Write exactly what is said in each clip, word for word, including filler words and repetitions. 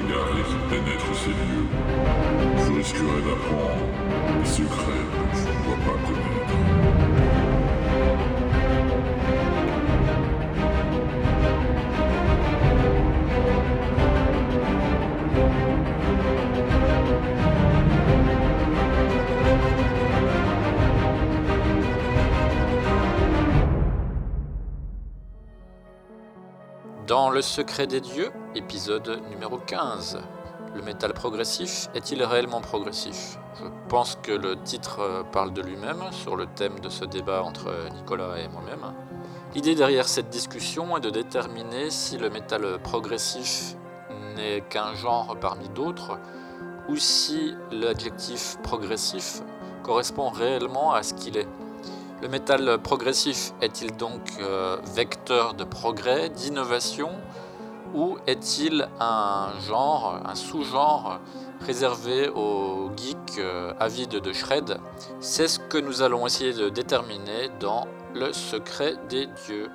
égaré qui pénètre ces lieux, je risquerais d'apprendre des secrets que je ne dois pas connaître. Dans Le secret des dieux, épisode numéro quinze. Le métal progressif est-il réellement progressif ? Je pense que le titre parle de lui-même sur le thème de ce débat entre Nicolas et moi-même. L'idée derrière cette discussion est de déterminer si le métal progressif n'est qu'un genre parmi d'autres ou si l'adjectif progressif correspond réellement à ce qu'il est. Le métal progressif est-il donc euh, vecteur de progrès, d'innovation, ou est-il un genre, un sous-genre réservé aux geeks euh, avides de shred ? C'est ce que nous allons essayer de déterminer dans Le secret des dieux.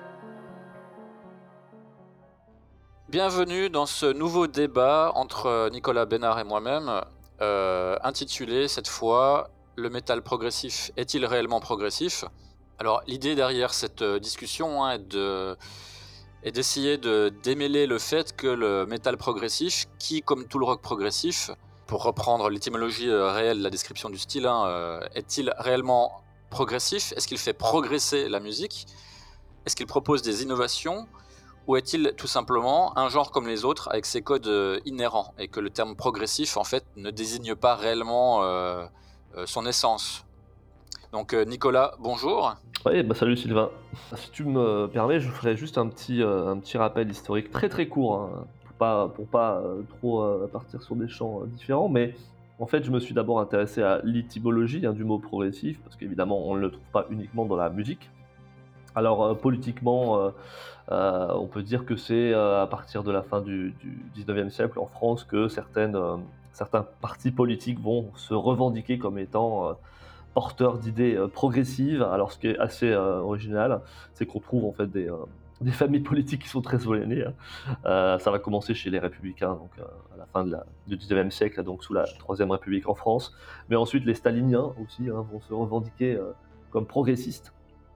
Bienvenue dans ce nouveau débat entre Nicolas Bénard et moi-même, euh, intitulé cette fois « Le métal progressif est-il réellement progressif ?» Alors l'idée derrière cette discussion hein, est, de, est d'essayer de démêler le fait que le métal progressif, qui comme tout le rock progressif, pour reprendre l'étymologie euh, réelle de la description du style, hein, euh, est-il réellement progressif ? Est-ce qu'il fait progresser la musique ? Est-ce qu'il propose des innovations ? Ou est-il tout simplement un genre comme les autres avec ses codes euh, inhérents et que le terme progressif en fait ne désigne pas réellement euh, euh, son essence. Donc euh, Nicolas, bonjour. Oui, bah salut Sylvain. Si tu me permets, je ferai juste un petit, euh, un petit rappel historique très très court, hein, pour pas, pour pas euh, trop euh, partir sur des champs euh, différents, mais en fait je me suis d'abord intéressé à l'étymologie hein, du mot progressif, parce qu'évidemment on ne le trouve pas uniquement dans la musique. Alors euh, politiquement, euh, euh, on peut dire que c'est euh, à partir de la fin du, du dix-neuvième siècle en France que certaines, euh, certains partis politiques vont se revendiquer comme étant euh, porteurs d'idées euh, progressives. Alors ce qui est assez euh, original, c'est qu'on trouve en fait des, euh, des familles politiques qui sont très soignées. Hein. Euh, ça va commencer chez les Républicains, donc euh, à la fin de la, du dix-neuvième siècle, donc sous la Troisième République en France. Mais ensuite les staliniens aussi hein, vont se revendiquer euh, comme progressistes.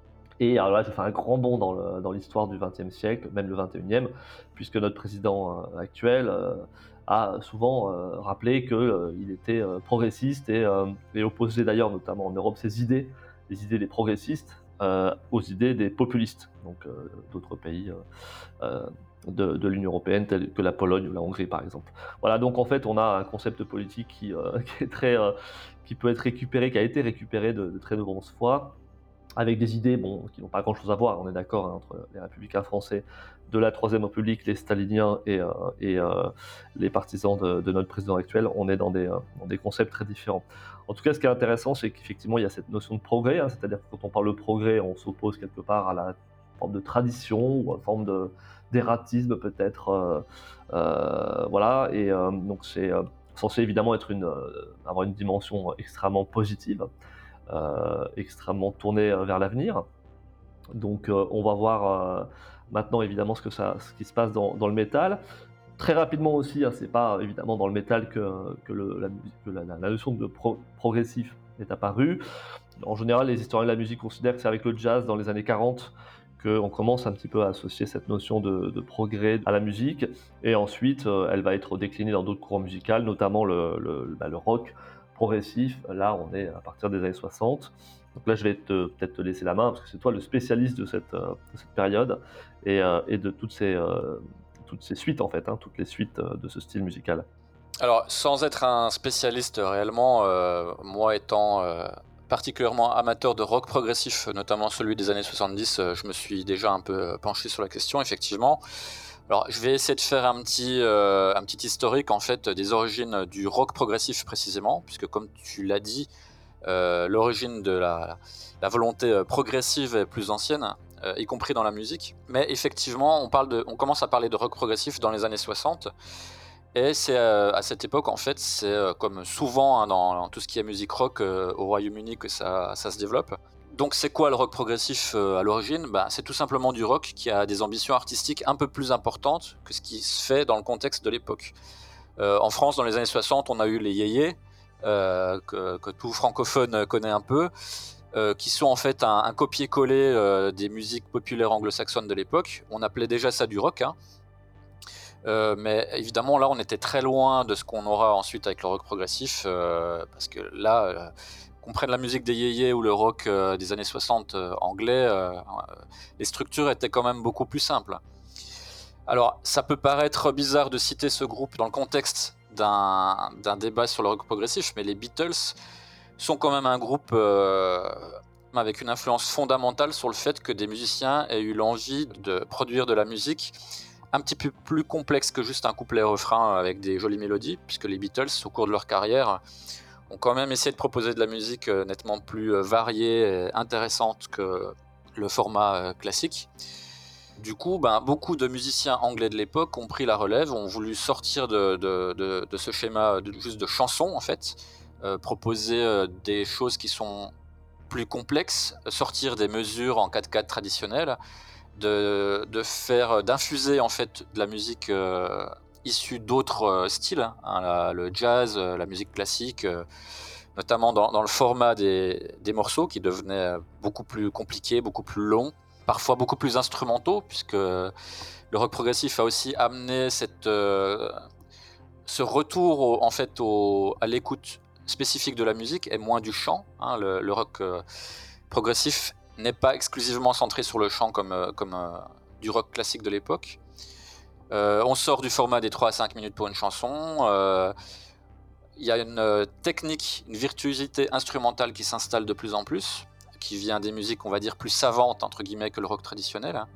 Et alors là, je fais un grand bond dans, le, dans l'histoire du vingtième siècle, même le vingt et unième, puisque notre président euh, actuel euh, a souvent euh, rappelé qu'il euh, était euh, progressiste et, euh, et opposait d'ailleurs, notamment en Europe, ses idées, les idées des progressistes, euh, aux idées des populistes, donc euh, d'autres pays euh, euh, de, de l'Union européenne, tels que la Pologne ou la Hongrie, par exemple. Voilà, donc en fait, on a un concept politique qui, euh, qui est très, euh, qui peut être récupéré, qui a été récupéré de, de très de bonne foi, avec des idées bon, qui n'ont pas grand-chose à voir, on est d'accord, hein, entre les républicains français de la Troisième République, les staliniens et, euh, et euh, les partisans de, de notre président actuel, on est dans des, euh, dans des concepts très différents. En tout cas, ce qui est intéressant, c'est qu'effectivement, il y a cette notion de progrès, hein, c'est-à-dire que quand on parle de progrès, on s'oppose quelque part à la forme de tradition ou à la forme de, d'ératisme peut-être, euh, euh, voilà, et euh, donc c'est euh, censé évidemment être une, euh, avoir une dimension extrêmement positive. Euh, extrêmement tourné euh, vers l'avenir. Donc euh, on va voir euh, maintenant évidemment ce, que ça, ce qui se passe dans, dans le métal. Très rapidement aussi, hein, c'est pas évidemment dans le métal que, que, le, la, que la, la notion de pro, progressif est apparue. En général, les historiens de la musique considèrent que c'est avec le jazz dans les années quarante qu'on commence un petit peu à associer cette notion de, de progrès à la musique, et ensuite euh, elle va être déclinée dans d'autres courants musicaux, notamment le, le, bah, le rock progressif. Là on est à partir des années soixante, donc là je vais te, peut-être te laisser la main parce que c'est toi le spécialiste de cette, euh, de cette période et, euh, et de toutes ces, euh, toutes ces suites en fait, hein, toutes les suites de ce style musical. Alors sans être un spécialiste réellement, euh, moi étant euh, particulièrement amateur de rock progressif, notamment celui des années soixante-dix, euh, je me suis déjà un peu penché sur la question effectivement. Alors, je vais essayer de faire un petit, euh, un petit historique en fait des origines du rock progressif précisément, puisque comme tu l'as dit, euh, l'origine de la, la volonté progressive est plus ancienne, euh, y compris dans la musique. Mais effectivement, on, parle de, on commence à parler de rock progressif dans les années soixante, et c'est euh, à cette époque en fait, c'est euh, comme souvent hein, dans, dans tout ce qui est musique rock euh, au Royaume-Uni que ça, ça se développe. Donc c'est quoi le rock progressif euh, à l'origine ? Ben, c'est tout simplement du rock qui a des ambitions artistiques un peu plus importantes que ce qui se fait dans le contexte de l'époque. Euh, en France, dans les années soixante, on a eu les yéyés, euh, que, que tout francophone connaît un peu, euh, qui sont en fait un, un copier-coller euh, des musiques populaires anglo-saxonnes de l'époque. On appelait déjà ça du rock, hein. Euh, mais évidemment, là, on était très loin de ce qu'on aura ensuite avec le rock progressif, euh, parce que là, euh, qu'on prenne la musique des yéyés ou le rock euh, des années soixante euh, anglais, euh, euh, les structures étaient quand même beaucoup plus simples. Alors, ça peut paraître bizarre de citer ce groupe dans le contexte d'un, d'un débat sur le rock progressif, mais les Beatles sont quand même un groupe euh, avec une influence fondamentale sur le fait que des musiciens aient eu l'envie de produire de la musique un petit peu plus complexe que juste un couplet-refrain avec des jolies mélodies, puisque les Beatles, au cours de leur carrière, ont quand même essayé de proposer de la musique nettement plus variée et intéressante que le format classique. Du coup, ben, beaucoup de musiciens anglais de l'époque ont pris la relève, ont voulu sortir de, de, de, de ce schéma de, juste de chansons, en fait, euh, proposer euh, des choses qui sont plus complexes, sortir des mesures en quatre quatre traditionnelles, de, de faire, d'infuser en fait de la musique euh, issue d'autres euh, styles, hein, la, le jazz, euh, la musique classique, euh, notamment dans, dans le format des, des morceaux qui devenaient beaucoup plus compliqués, beaucoup plus longs, parfois beaucoup plus instrumentaux, puisque le rock progressif a aussi amené cette, euh, ce retour au, en fait au, à l'écoute spécifique de la musique et moins du chant, hein, le, le rock euh, progressif n'est pas exclusivement centré sur le chant comme, euh, comme euh, du rock classique de l'époque. Euh, on sort du format des trois à cinq minutes pour une chanson. Euh, il y a une euh, technique, une virtuosité instrumentale qui s'installe de plus en plus, qui vient des musiques, on va dire, plus savantes, entre guillemets, que le rock traditionnel. Hein.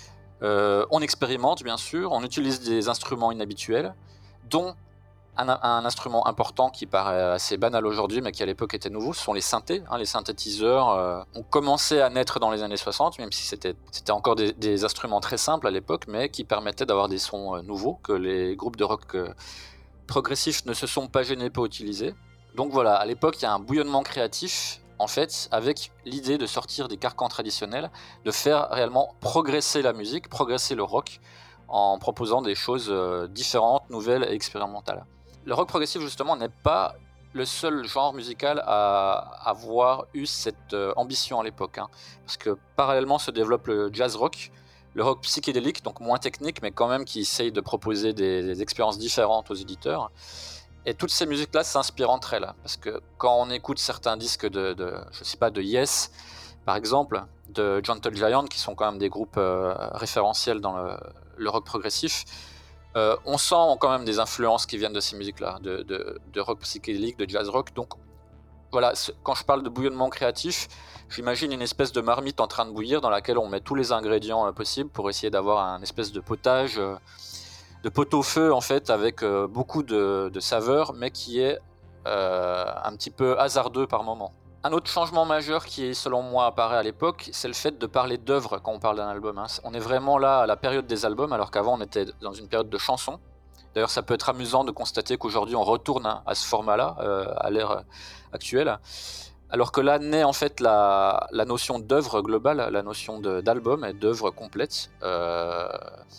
Euh, on expérimente, bien sûr, on utilise des instruments inhabituels, dont Un, un instrument important qui paraît assez banal aujourd'hui, mais qui à l'époque était nouveau, ce sont les synthés. Hein, les synthétiseurs euh, ont commencé à naître dans les années soixante, même si c'était, c'était encore des, des instruments très simples à l'époque, mais qui permettaient d'avoir des sons euh, nouveaux que les groupes de rock euh, progressifs ne se sont pas gênés pour utiliser. Donc voilà, à l'époque, il y a un bouillonnement créatif, en fait, avec l'idée de sortir des carcans traditionnels, de faire réellement progresser la musique, progresser le rock, en proposant des choses euh, différentes, nouvelles et expérimentales. Le rock progressif, justement, n'est pas le seul genre musical à avoir eu cette euh, ambition à l'époque. Hein. Parce que parallèlement se développe le jazz rock, le rock psychédélique, donc moins technique, mais quand même qui essaye de proposer des, des expériences différentes aux éditeurs. Et toutes ces musiques-là s'inspirent entre elles. Parce que quand on écoute certains disques de, de je sais pas, de Yes, par exemple, de Gentle Giant, qui sont quand même des groupes euh, référentiels dans le, le rock progressif, Euh, on sent quand même des influences qui viennent de ces musiques-là, de, de, de rock psychédélique, de jazz rock. Donc voilà, quand je parle de bouillonnement créatif, j'imagine une espèce de marmite en train de bouillir dans laquelle on met tous les ingrédients euh, possibles pour essayer d'avoir un espèce de potage, euh, de pot-au-feu en fait, avec euh, beaucoup de, de saveurs, mais qui est euh, un petit peu hasardeux par moment. Un autre changement majeur qui, selon moi, apparaît à l'époque, c'est le fait de parler d'œuvres quand on parle d'un album. Hein. On est vraiment là à la période des albums, alors qu'avant on était dans une période de chansons. D'ailleurs, ça peut être amusant de constater qu'aujourd'hui on retourne à ce format-là, euh, à l'ère actuelle. Alors que là naît en fait la, la notion d'œuvre globale, la notion de, d'album et d'œuvre complète. Euh,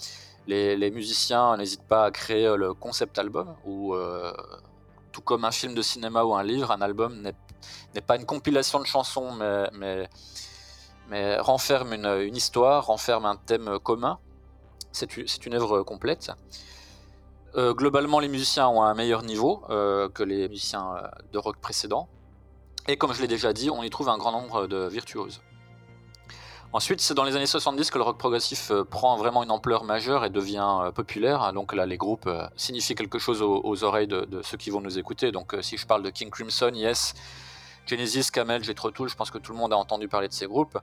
les, les musiciens n'hésitent pas à créer le concept album, où euh, tout comme un film de cinéma ou un livre, un album n'est n'est pas une compilation de chansons, mais, mais, mais renferme une, une histoire, renferme un thème commun. C'est, c'est une œuvre complète. Euh, globalement, les musiciens ont un meilleur niveau euh, que les musiciens de rock précédents. Et comme je l'ai déjà dit, on y trouve un grand nombre de virtuoses. Ensuite, c'est dans les années soixante-dix que le rock progressif euh, prend vraiment une ampleur majeure et devient euh, populaire. Donc là, les groupes euh, signifient quelque chose aux, aux oreilles de, de ceux qui vont nous écouter. Donc euh, si je parle de King Crimson, Yes, Genesis, Camel, Jethro Tull, je pense que tout le monde a entendu parler de ces groupes.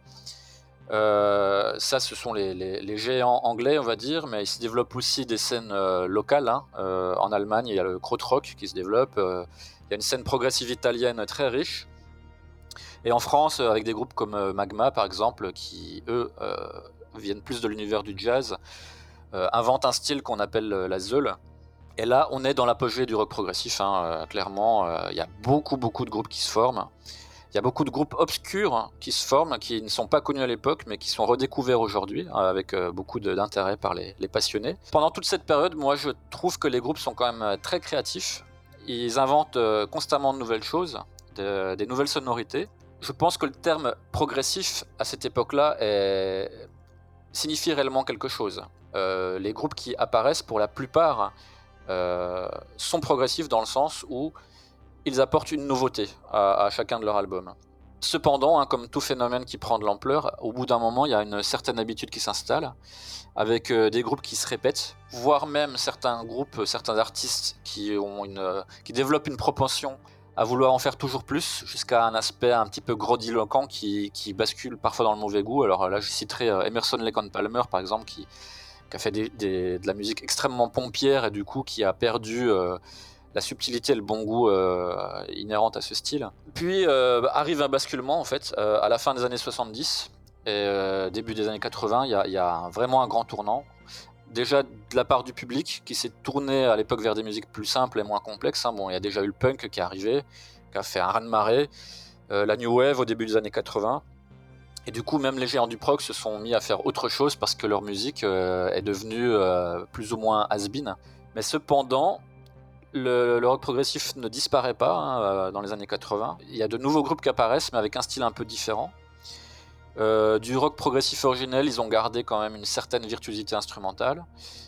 Euh, ça, ce sont les, les, les géants anglais, on va dire, mais il se développe aussi des scènes euh, locales. Hein. Euh, en Allemagne, il y a le krautrock qui se développe. Euh, il y a une scène progressive italienne très riche. Et en France, avec des groupes comme euh, Magma, par exemple, qui, eux, euh, viennent plus de l'univers du jazz, euh, inventent un style qu'on appelle euh, la zeul. Et là, on est dans l'apogée du rock progressif, hein, euh, clairement. Il euh, y a beaucoup, beaucoup de groupes qui se forment. Il y a beaucoup de groupes obscurs qui se forment, qui ne sont pas connus à l'époque, mais qui sont redécouverts aujourd'hui, avec beaucoup d'intérêt par les, les passionnés. Pendant toute cette période, moi je trouve que les groupes sont quand même très créatifs. Ils inventent constamment de nouvelles choses, de, des nouvelles sonorités. Je pense que le terme progressif à cette époque-là est... signifie réellement quelque chose. Euh, les groupes qui apparaissent, pour la plupart, euh, sont progressifs dans le sens où ils apportent une nouveauté à, à chacun de leurs albums. Cependant, hein, comme tout phénomène qui prend de l'ampleur, au bout d'un moment, il y a une certaine habitude qui s'installe, avec euh, des groupes qui se répètent, voire même certains groupes, certains artistes qui, ont une, euh, qui développent une propension à vouloir en faire toujours plus, jusqu'à un aspect un petit peu grandiloquent qui, qui bascule parfois dans le mauvais goût. Alors là, je citerai euh, Emerson Lake and Palmer, par exemple, qui, qui a fait des, des, de la musique extrêmement pompière et du coup qui a perdu... Euh, la subtilité et le bon goût euh, inhérente à ce style. Puis euh, arrive un basculement en fait, euh, à la fin des années soixante-dix et euh, début des années quatre-vingts, il y, y a vraiment un grand tournant. Déjà de la part du public qui s'est tourné à l'époque vers des musiques plus simples et moins complexes. Hein. Bon, il y a déjà eu le punk qui est arrivé, qui a fait un raz-de-marée, euh, la new wave au début des années quatre-vingts. Et du coup, même les géants du prog se sont mis à faire autre chose parce que leur musique euh, est devenue euh, plus ou moins has-been. Mais cependant, Le, le rock progressif ne disparaît pas hein, dans les années quatre-vingts. Il y a de nouveaux groupes qui apparaissent, mais avec un style un peu différent. Euh, du rock progressif originel, ils ont gardé quand même une certaine virtuosité instrumentale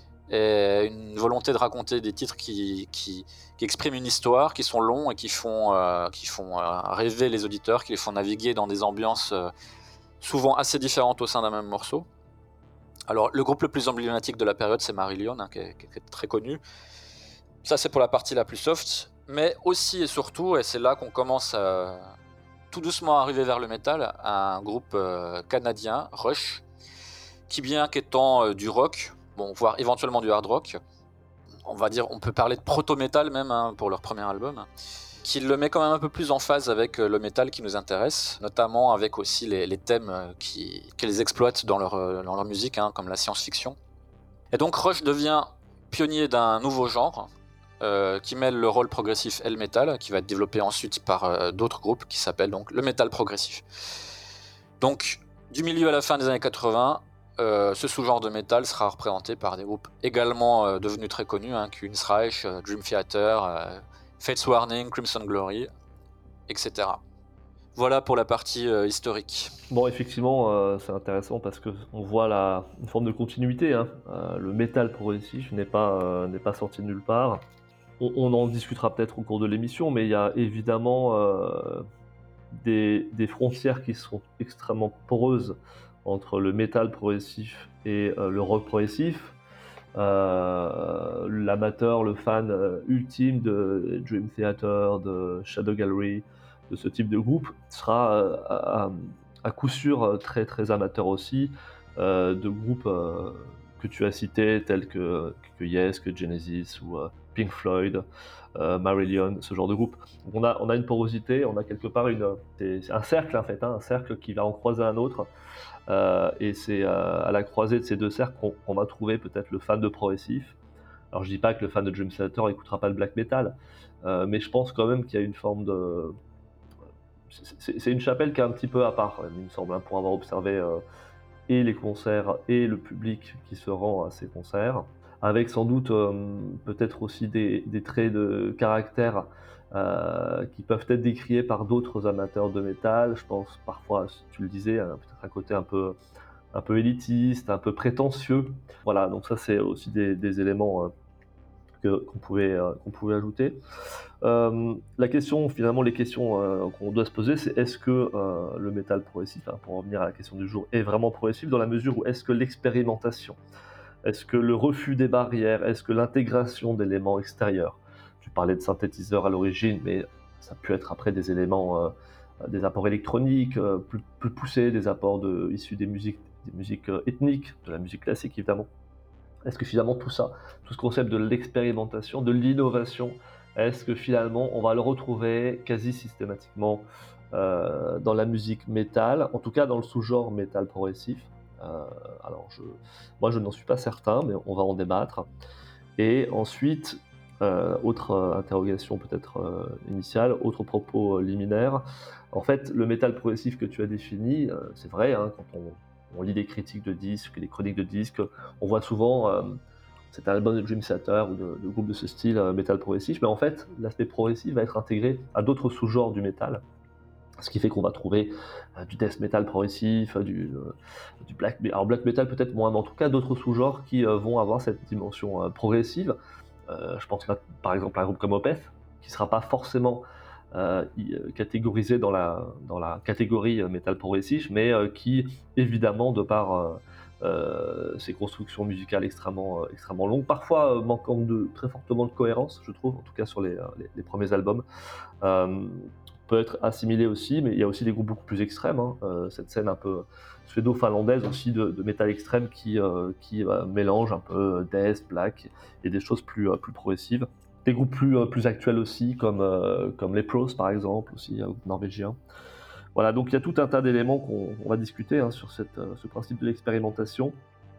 et une volonté de raconter des titres qui, qui, qui expriment une histoire, qui sont longs et qui font, euh, qui font euh, rêver les auditeurs, qui les font naviguer dans des ambiances euh, souvent assez différentes au sein d'un même morceau. Alors, le groupe le plus emblématique de la période, c'est Marillion, hein, qui, est, qui est très connu. Ça, c'est pour la partie la plus soft, mais aussi et surtout, et c'est là qu'on commence à, tout doucement à arriver vers le métal, un groupe euh, canadien, Rush, qui bien qu'étant euh, du rock, bon, voire éventuellement du hard rock, on va dire, on peut parler de proto-métal même hein, pour leur premier album, qui le met quand même un peu plus en phase avec le métal qui nous intéresse, notamment avec aussi les, les thèmes qui, qu'ils exploitent dans leur, dans leur musique, hein, comme la science-fiction. Et donc Rush devient pionnier d'un nouveau genre, Euh, qui mêle le rôle progressif et le métal, qui va être développé ensuite par euh, d'autres groupes, qui s'appellent donc le métal progressif. Donc, du milieu à la fin des années quatre-vingts, euh, ce sous-genre de métal sera représenté par des groupes également euh, devenus très connus, hein, Queensryche, euh, Dream Theater, euh, Fates Warning, Crimson Glory, et cetera. Voilà pour la partie euh, historique. Bon, effectivement, euh, c'est intéressant parce qu'on voit la, une forme de continuité. Hein. Euh, le métal progressif n'est pas, euh, n'est pas sorti de nulle part. On, on en discutera peut-être au cours de l'émission, mais il y a évidemment euh, des, des frontières qui sont extrêmement poreuses entre le métal progressif et euh, le rock progressif. Euh, l'amateur, le fan euh, ultime de Dream Theater, de Shadow Gallery, de ce type de groupe, sera euh, à, à coup sûr très très amateur aussi euh, de groupes euh, que tu as cités tels que, que Yes, que Genesis ou euh, Pink Floyd, euh, Marillion, ce genre de groupe. Donc on a, on a une porosité, on a quelque part une, c'est, c'est un cercle en fait, hein, un cercle qui va en croiser un autre. Euh, et c'est euh, à la croisée de ces deux cercles qu'on, qu'on va trouver peut-être le fan de progressif. Alors je dis pas que le fan de Dream Theater n'écoutera pas le black metal, euh, mais je pense quand même qu'il y a une forme de... C'est, c'est une chapelle qui est un petit peu à part, il me semble, hein, pour avoir observé euh, et les concerts et le public qui se rend à ces concerts, avec sans doute euh, peut-être aussi des, des traits de caractère euh, qui peuvent être décriés par d'autres amateurs de métal. Je pense parfois, tu le disais, hein, peut-être un côté un peu, un peu élitiste, un peu prétentieux. Voilà, donc ça c'est aussi des, des éléments euh, que, qu'on, pouvait, euh, qu'on pouvait ajouter. Euh, la question, finalement, les questions euh, qu'on doit se poser, c'est est-ce que euh, le métal progressif, hein, pour revenir à la question du jour, est vraiment progressif dans la mesure où est-ce que l'expérimentation, est-ce que le refus des barrières, est-ce que l'intégration d'éléments extérieurs, tu parlais de synthétiseurs à l'origine, mais ça peut être après des éléments, euh, des apports électroniques euh, plus, plus poussés, des apports de, issus des musiques, des musiques euh, ethniques, de la musique classique évidemment. Est-ce que finalement tout ça, tout ce concept de l'expérimentation, de l'innovation, est-ce que finalement on va le retrouver quasi systématiquement euh, dans la musique métal, en tout cas dans le sous-genre métal progressif? euh, Alors je, moi je n'en suis pas certain, mais on va en débattre. Et ensuite, Euh, autre euh, interrogation peut-être euh, initiale, autre propos euh, liminaire. En fait, le métal progressif que tu as défini, euh, c'est vrai, hein, quand on, on lit des critiques de disques, des chroniques de disques, on voit souvent euh, cet album de Dream Theater ou de, de groupes de ce style euh, métal progressif, mais en fait, l'aspect progressif va être intégré à d'autres sous-genres du métal. Ce qui fait qu'on va trouver euh, du death metal progressif, euh, du, euh, du black, alors black metal peut-être moins, mais en tout cas d'autres sous-genres qui euh, vont avoir cette dimension euh, progressive. Euh, je pense là, par exemple à un groupe comme Opeth, qui ne sera pas forcément euh, catégorisé dans la, dans la catégorie euh, metal progressif, mais euh, qui, évidemment, de par euh, euh, ses constructions musicales extrêmement, euh, extrêmement longues, parfois euh, manquant de, très fortement de cohérence, je trouve, en tout cas sur les, les, les premiers albums, euh, peut être assimilé aussi, mais il y a aussi des groupes beaucoup plus extrêmes, hein, euh, cette scène un peu suédo-finlandaise aussi de, de métal extrême qui, euh, qui euh, mélange un peu death, black et des choses plus, euh, plus progressives. Des groupes plus, euh, plus actuels aussi, comme, euh, comme les Pros par exemple, aussi, un groupe norvégien. Voilà, donc il y a tout un tas d'éléments qu'on on va discuter hein, sur cette, euh, ce principe de l'expérimentation.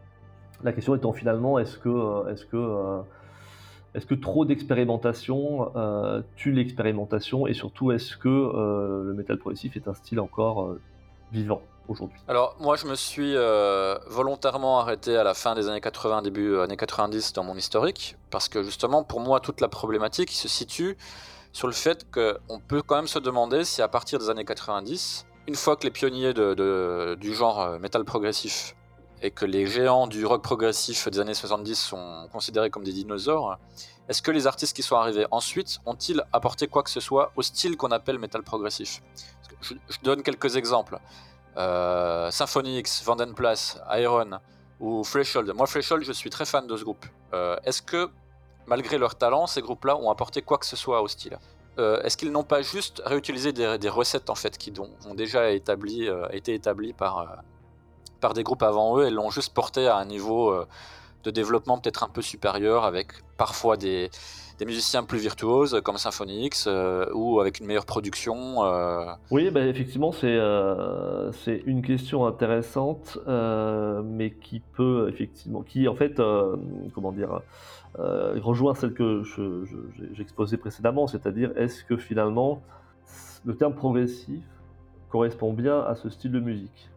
La question étant finalement, est-ce que, euh, est-ce que, euh, est-ce que trop d'expérimentation euh, tue l'expérimentation, et surtout est-ce que euh, le métal progressif est un style encore euh, vivant aujourd'hui? Alors moi je me suis euh, volontairement arrêté à la fin des années quatre-vingts, début euh, années quatre-vingt-dix dans mon historique, parce que justement pour moi toute la problématique se situe sur le fait qu'on peut quand même se demander si à partir des années quatre-vingt-dix, une fois que les pionniers de, de, du genre euh, métal progressif et que les géants du rock progressif des années soixante-dix sont considérés comme des dinosaures, est-ce que les artistes qui sont arrivés ensuite ont-ils apporté quoi que ce soit au style qu'on appelle métal progressif? je, je donne quelques exemples. Euh, Symphony X, Vandenplass, Iron ou Threshold. Moi, Threshold, je suis très fan de ce groupe. Euh, est-ce que, malgré leur talent, ces groupes-là ont apporté quoi que ce soit au style? euh, Est-ce qu'ils n'ont pas juste réutilisé des, des recettes en fait qui ont, ont déjà établi, euh, été établies par, euh, par des groupes avant eux et l'ont juste porté à un niveau euh, de développement peut-être un peu supérieur, avec parfois des, des musiciens plus virtuoses comme Symphony X euh, ou avec une meilleure production euh... Oui, bah, effectivement, c'est euh, c'est une question intéressante, euh, mais qui peut effectivement, qui en fait, euh, comment dire, euh, rejoint celle que je- je- j'ai- j'exposais précédemment, c'est-à-dire est-ce que finalement le terme progressif correspond bien à ce style de musique?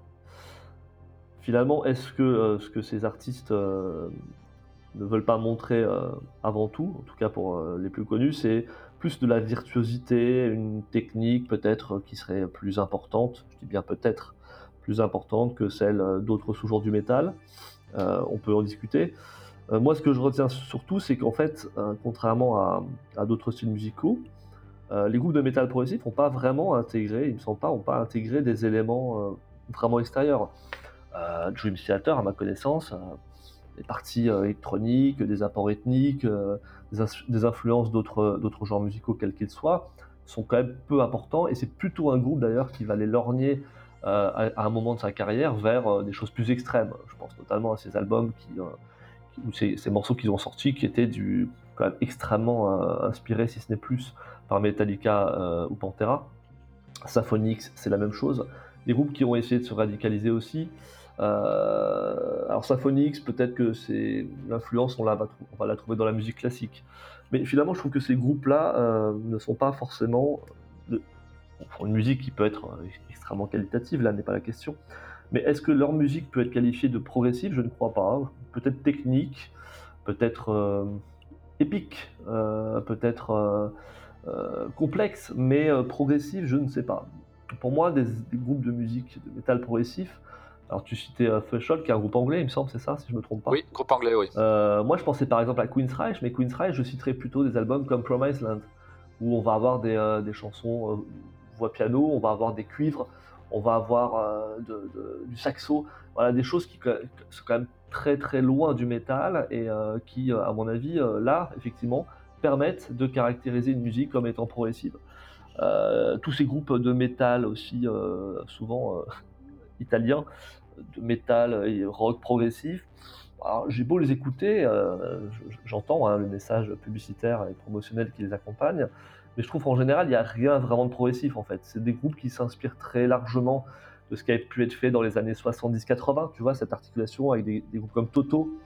Finalement, est-ce que euh, ce que ces artistes euh, ne veulent pas montrer euh, avant tout, en tout cas pour euh, les plus connus, c'est plus de la virtuosité, une technique peut-être euh, qui serait plus importante, je dis bien peut-être plus importante que celle euh, d'autres sous-genres du métal. Euh, on peut en discuter. Euh, moi, ce que je retiens surtout, c'est qu'en fait, euh, contrairement à, à d'autres styles musicaux, euh, les groupes de métal progressif n'ont pas vraiment intégré, il me semble pas, n'ont pas intégré des éléments euh, vraiment extérieurs. Euh, Dream Theater, à ma connaissance, euh, des parties euh, électroniques, des apports ethniques, euh, des, ins- des influences d'autres d'autres genres musicaux quels qu'ils soient, sont quand même peu importants, et c'est plutôt un groupe d'ailleurs qui va les lorgner euh, à, à un moment de sa carrière vers euh, des choses plus extrêmes. Je pense notamment à ces albums qui, euh, qui- ou ces, ces morceaux qu'ils ont sortis qui étaient du, quand même extrêmement euh, inspirés, si ce n'est plus, par Metallica euh, ou Pantera. Symphony X, c'est la même chose. Des groupes qui ont essayé de se radicaliser aussi. Euh, alors Symphony X, peut-être que c'est l'influence, on, la va, trou- on va la trouver dans la musique classique. Mais finalement, je trouve que ces groupes-là euh, ne sont pas forcément de, font une musique qui peut être euh, extrêmement qualitative, là n'est pas la question. Mais est-ce que leur musique peut être qualifiée de progressive? Je ne crois pas. Peut-être technique, peut-être euh, épique, euh, peut-être euh, euh, complexe, mais euh, progressif, je ne sais pas. Pour moi, des, des groupes de musique de métal progressif, alors tu citais euh, Threshold, qui est un groupe anglais, il me semble, c'est ça, si je ne me trompe pas. Oui, groupe anglais, oui. Euh, moi, je pensais par exemple à Queensryche, mais Queensryche, je citerais plutôt des albums comme Promised Land, où on va avoir des, euh, des chansons euh, voix piano, on va avoir des cuivres, on va avoir euh, de- de- du saxo, voilà, des choses qui qui sont quand même très très loin du métal, et euh, qui, euh, à mon avis, euh, là, effectivement, permettent de caractériser une musique comme étant progressive. Euh, tous ces groupes de métal aussi, euh, souvent euh, italiens, de métal et rock progressif, alors, j'ai beau les écouter, euh, j'entends hein, le message publicitaire et promotionnel qui les accompagne, mais je trouve qu'en général, il n'y a rien vraiment de progressif en fait. C'est des groupes qui s'inspirent très largement de ce qui a pu être fait dans les années soixante-dix quatre-vingts, tu vois, cette articulation avec des, des groupes comme Toto,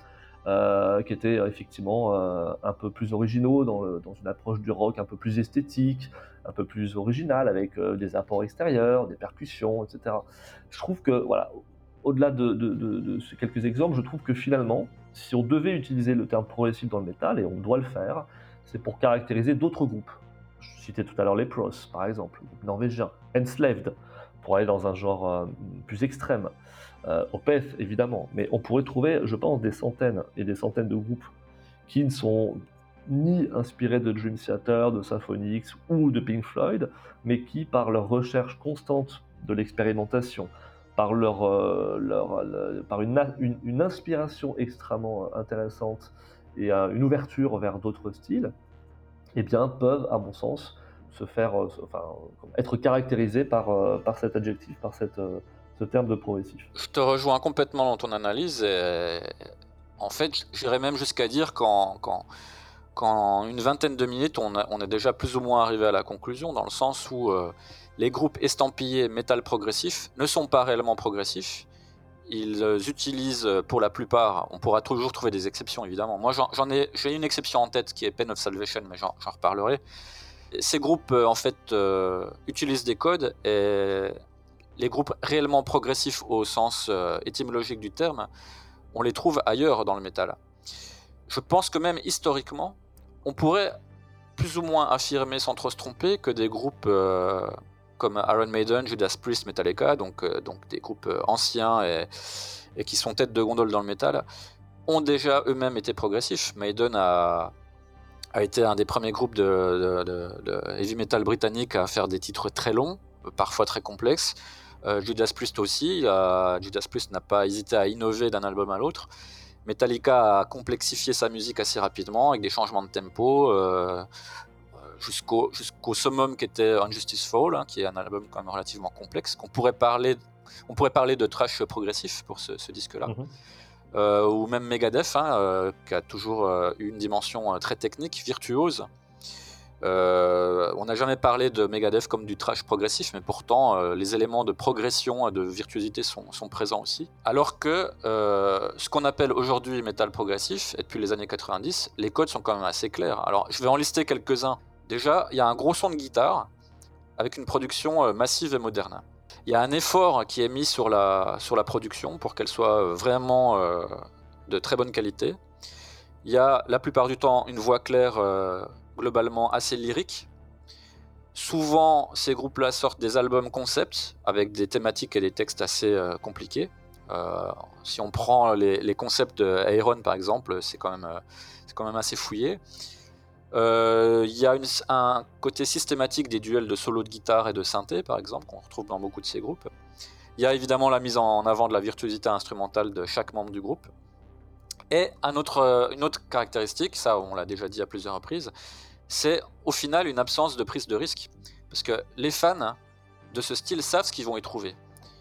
euh, qui étaient euh, effectivement euh, un peu plus originaux dans, le, dans une approche du rock un peu plus esthétique, un peu plus originale, avec euh, des apports extérieurs, des percussions, et cetera. Je trouve que, voilà, au-delà de, de, de, de ces quelques exemples, je trouve que finalement, si on devait utiliser le terme progressif dans le métal, et on doit le faire, c'est pour caractériser d'autres groupes. Je citais tout à l'heure les Pros, par exemple, le groupe norvégien, Enslaved, pour aller dans un genre euh, plus extrême. Euh, Opeth, évidemment, mais on pourrait trouver, je pense, des centaines et des centaines de groupes qui ne sont ni inspirés de Dream Theater, de Symphonix ou de Pink Floyd, mais qui, par leur recherche constante de l'expérimentation, par, leur, euh, leur, le- par une, une, une inspiration extrêmement intéressante et euh, une ouverture vers d'autres styles, eh bien, peuvent, à mon sens, se faire, euh, se- enfin, être caractérisés par, euh, par cet adjectif, par cette, euh, ce terme de progressif. Je te rejoins complètement dans ton analyse. Et en fait, j'irais même jusqu'à dire qu'en, qu'en, qu'en une vingtaine de minutes, on, a- on est déjà plus ou moins arrivé à la conclusion, dans le sens où euh, les groupes estampillés métal progressif ne sont pas réellement progressifs. Ils euh, utilisent euh, pour la plupart, on pourra toujours trouver des exceptions évidemment. Moi j'en, j'en ai, j'ai une exception en tête qui est Pen of Salvation, mais j'en, j'en reparlerai. Ces groupes euh, en fait euh, utilisent des codes, et les groupes réellement progressifs au sens euh, étymologique du terme, on les trouve ailleurs dans le métal. Je pense que même historiquement, on pourrait plus ou moins affirmer sans trop se tromper que des groupes euh, comme Iron Maiden, Judas Priest, Metallica, donc, euh, donc des groupes euh, anciens et, et qui sont tête de gondole dans le métal, ont déjà eux-mêmes été progressifs. Maiden a, a été un des premiers groupes de, de, de, de heavy metal britannique à faire des titres très longs, parfois très complexes. Euh, Judas Priest aussi, euh, Judas Priest n'a pas hésité à innover d'un album à l'autre. Metallica a complexifié sa musique assez rapidement avec des changements de tempo, euh, jusqu'au, jusqu'au summum qui était Unjustice for All, hein, qui est un album quand même relativement complexe, qu'on pourrait parler, on pourrait parler de thrash progressif pour ce, ce disque-là. Mm-hmm. Euh, ou même Megadeth, hein, euh, qui a toujours euh, eu une dimension euh, très technique, virtuose. Euh, on n'a jamais parlé de Megadeth comme du thrash progressif, mais pourtant euh, les éléments de progression et de virtuosité sont, sont présents aussi. Alors que euh, ce qu'on appelle aujourd'hui metal progressif, et depuis les années quatre-vingt-dix, les codes sont quand même assez clairs. Alors je vais en lister quelques-uns. Déjà, il y a un gros son de guitare avec une production euh, massive et moderne. Il y a un effort qui est mis sur la, sur la production pour qu'elle soit vraiment euh, de très bonne qualité. Il y a la plupart du temps une voix claire euh, globalement assez lyrique. Souvent, ces groupes-là sortent des albums concept avec des thématiques et des textes assez euh, compliqués. Euh, si on prend les, les concepts de Iron par exemple, c'est quand même, euh, c'est quand même assez fouillé. Il euh, y a une, un côté systématique des duels de solo de guitare et de synthé par exemple, qu'on retrouve dans beaucoup de ces groupes. Il y a évidemment la mise en avant de la virtuosité instrumentale de chaque membre du groupe. Et un autre, une autre caractéristique, ça on l'a déjà dit à plusieurs reprises, c'est au final une absence de prise de risque. Parce que les fans de ce style savent ce qu'ils vont y trouver.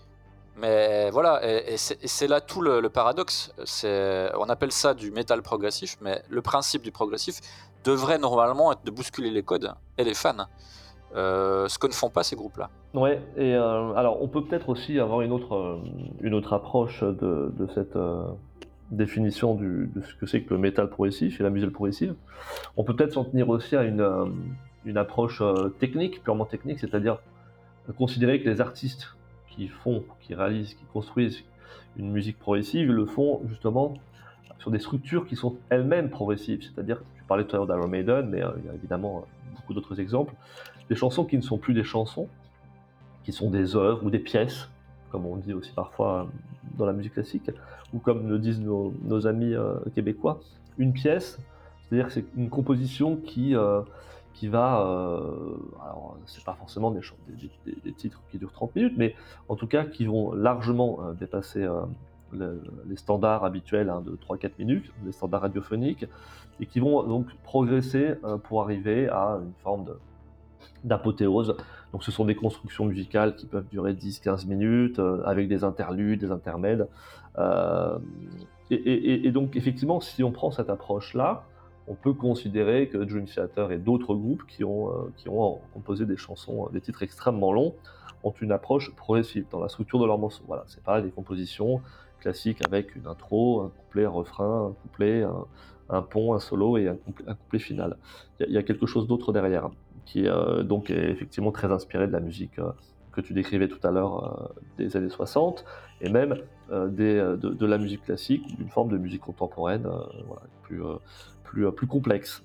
Mais voilà, et, et, c'est, et c'est là tout le, le paradoxe. C'est, on appelle ça du métal progressif, mais le principe du progressif devrait normalement être de bousculer les codes et les fans. Euh, ce que ne font pas ces groupes-là. Ouais, et euh, alors on peut peut-être aussi avoir une autre, euh, une autre approche de, de cette euh, définition du, de ce que c'est que le métal progressif et la musique progressive. On peut peut-être s'en tenir aussi à une, euh, une approche euh, technique, purement technique, c'est-à-dire considérer que les artistes qui font, qui réalisent, qui construisent une musique progressive le font justement sur des structures qui sont elles-mêmes progressives. C'est-à-dire, je parlais tout à l'heure d'Iron Maiden, mais euh, il y a évidemment beaucoup d'autres exemples, des chansons qui ne sont plus des chansons, qui sont des œuvres ou des pièces, comme on dit aussi parfois dans la musique classique, ou comme le disent nos, nos amis euh, québécois, une pièce, c'est-à-dire que c'est une composition qui, euh, qui va, euh, alors c'est pas forcément des, des, des, des titres qui durent trente minutes, mais en tout cas qui vont largement euh, dépasser euh, le, les standards habituels hein, de trois à quatre minutes, les standards radiophoniques, et qui vont donc progresser euh, pour arriver à une forme de d'apothéose. Donc ce sont des constructions musicales qui peuvent durer dix à quinze minutes, euh, avec des interludes, des intermèdes. Euh, et, et, et donc effectivement, si on prend cette approche-là, on peut considérer que Dream Theater et d'autres groupes qui ont, euh, qui ont composé des chansons, des titres extrêmement longs, ont une approche progressive dans la structure de leurs morceaux. Voilà, c'est pas des compositions classique avec une intro, un couplet, un refrain, un couplet, un, un pont, un solo et un couplet, un couplet final. Il y, a, il y a quelque chose d'autre derrière, qui euh, donc est effectivement très inspiré de la musique euh, que tu décrivais tout à l'heure euh, des années soixante, et même euh, des, de, de la musique classique ou d'une forme de musique contemporaine euh, voilà, plus, euh, plus, euh, plus complexe.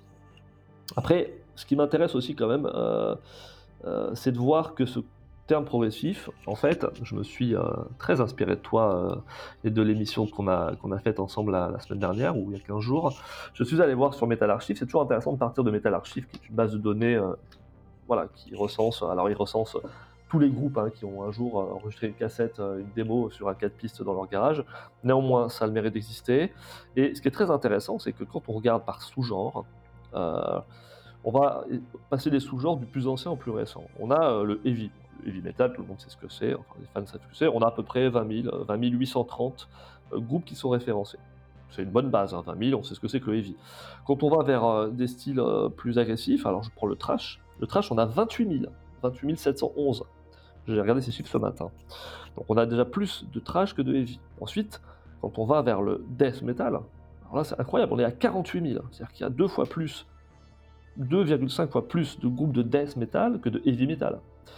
Après, ce qui m'intéresse aussi quand même, euh, euh, c'est de voir que ce terme progressif, en fait, je me suis euh, très inspiré de toi euh, et de l'émission qu'on a, qu'on a faite ensemble la, la semaine dernière, ou il y a quinze jours. Je suis allé voir sur Metal Archive, c'est toujours intéressant de partir de Metal Archive, qui est une base de données euh, voilà, qui recense, alors il recense tous les groupes hein, qui ont un jour euh, enregistré une cassette, euh, une démo sur un quatre pistes dans leur garage. Néanmoins, ça a le mérite d'exister. Et ce qui est très intéressant, c'est que quand on regarde par sous-genre, euh, on va passer des sous-genres du plus ancien au plus récent. On a euh, le heavy. Le heavy metal, tout le monde sait ce que c'est, enfin les fans savent ce que c'est. On a à peu près vingt mille, vingt mille huit cent trente euh, groupes qui sont référencés. C'est une bonne base, hein, vingt mille, on sait ce que c'est que le heavy. Quand on va vers euh, des styles euh, plus agressifs, alors je prends le thrash. Le thrash, on a vingt-huit mille, vingt-huit mille sept cent onze. J'ai regardé ces chiffres ce matin. Donc on a déjà plus de thrash que de heavy. Ensuite, quand on va vers le death metal, alors là c'est incroyable, on est à quarante-huit mille. C'est-à-dire qu'il y a deux fois plus deux virgule cinq fois plus de groupes de death metal que de heavy metal.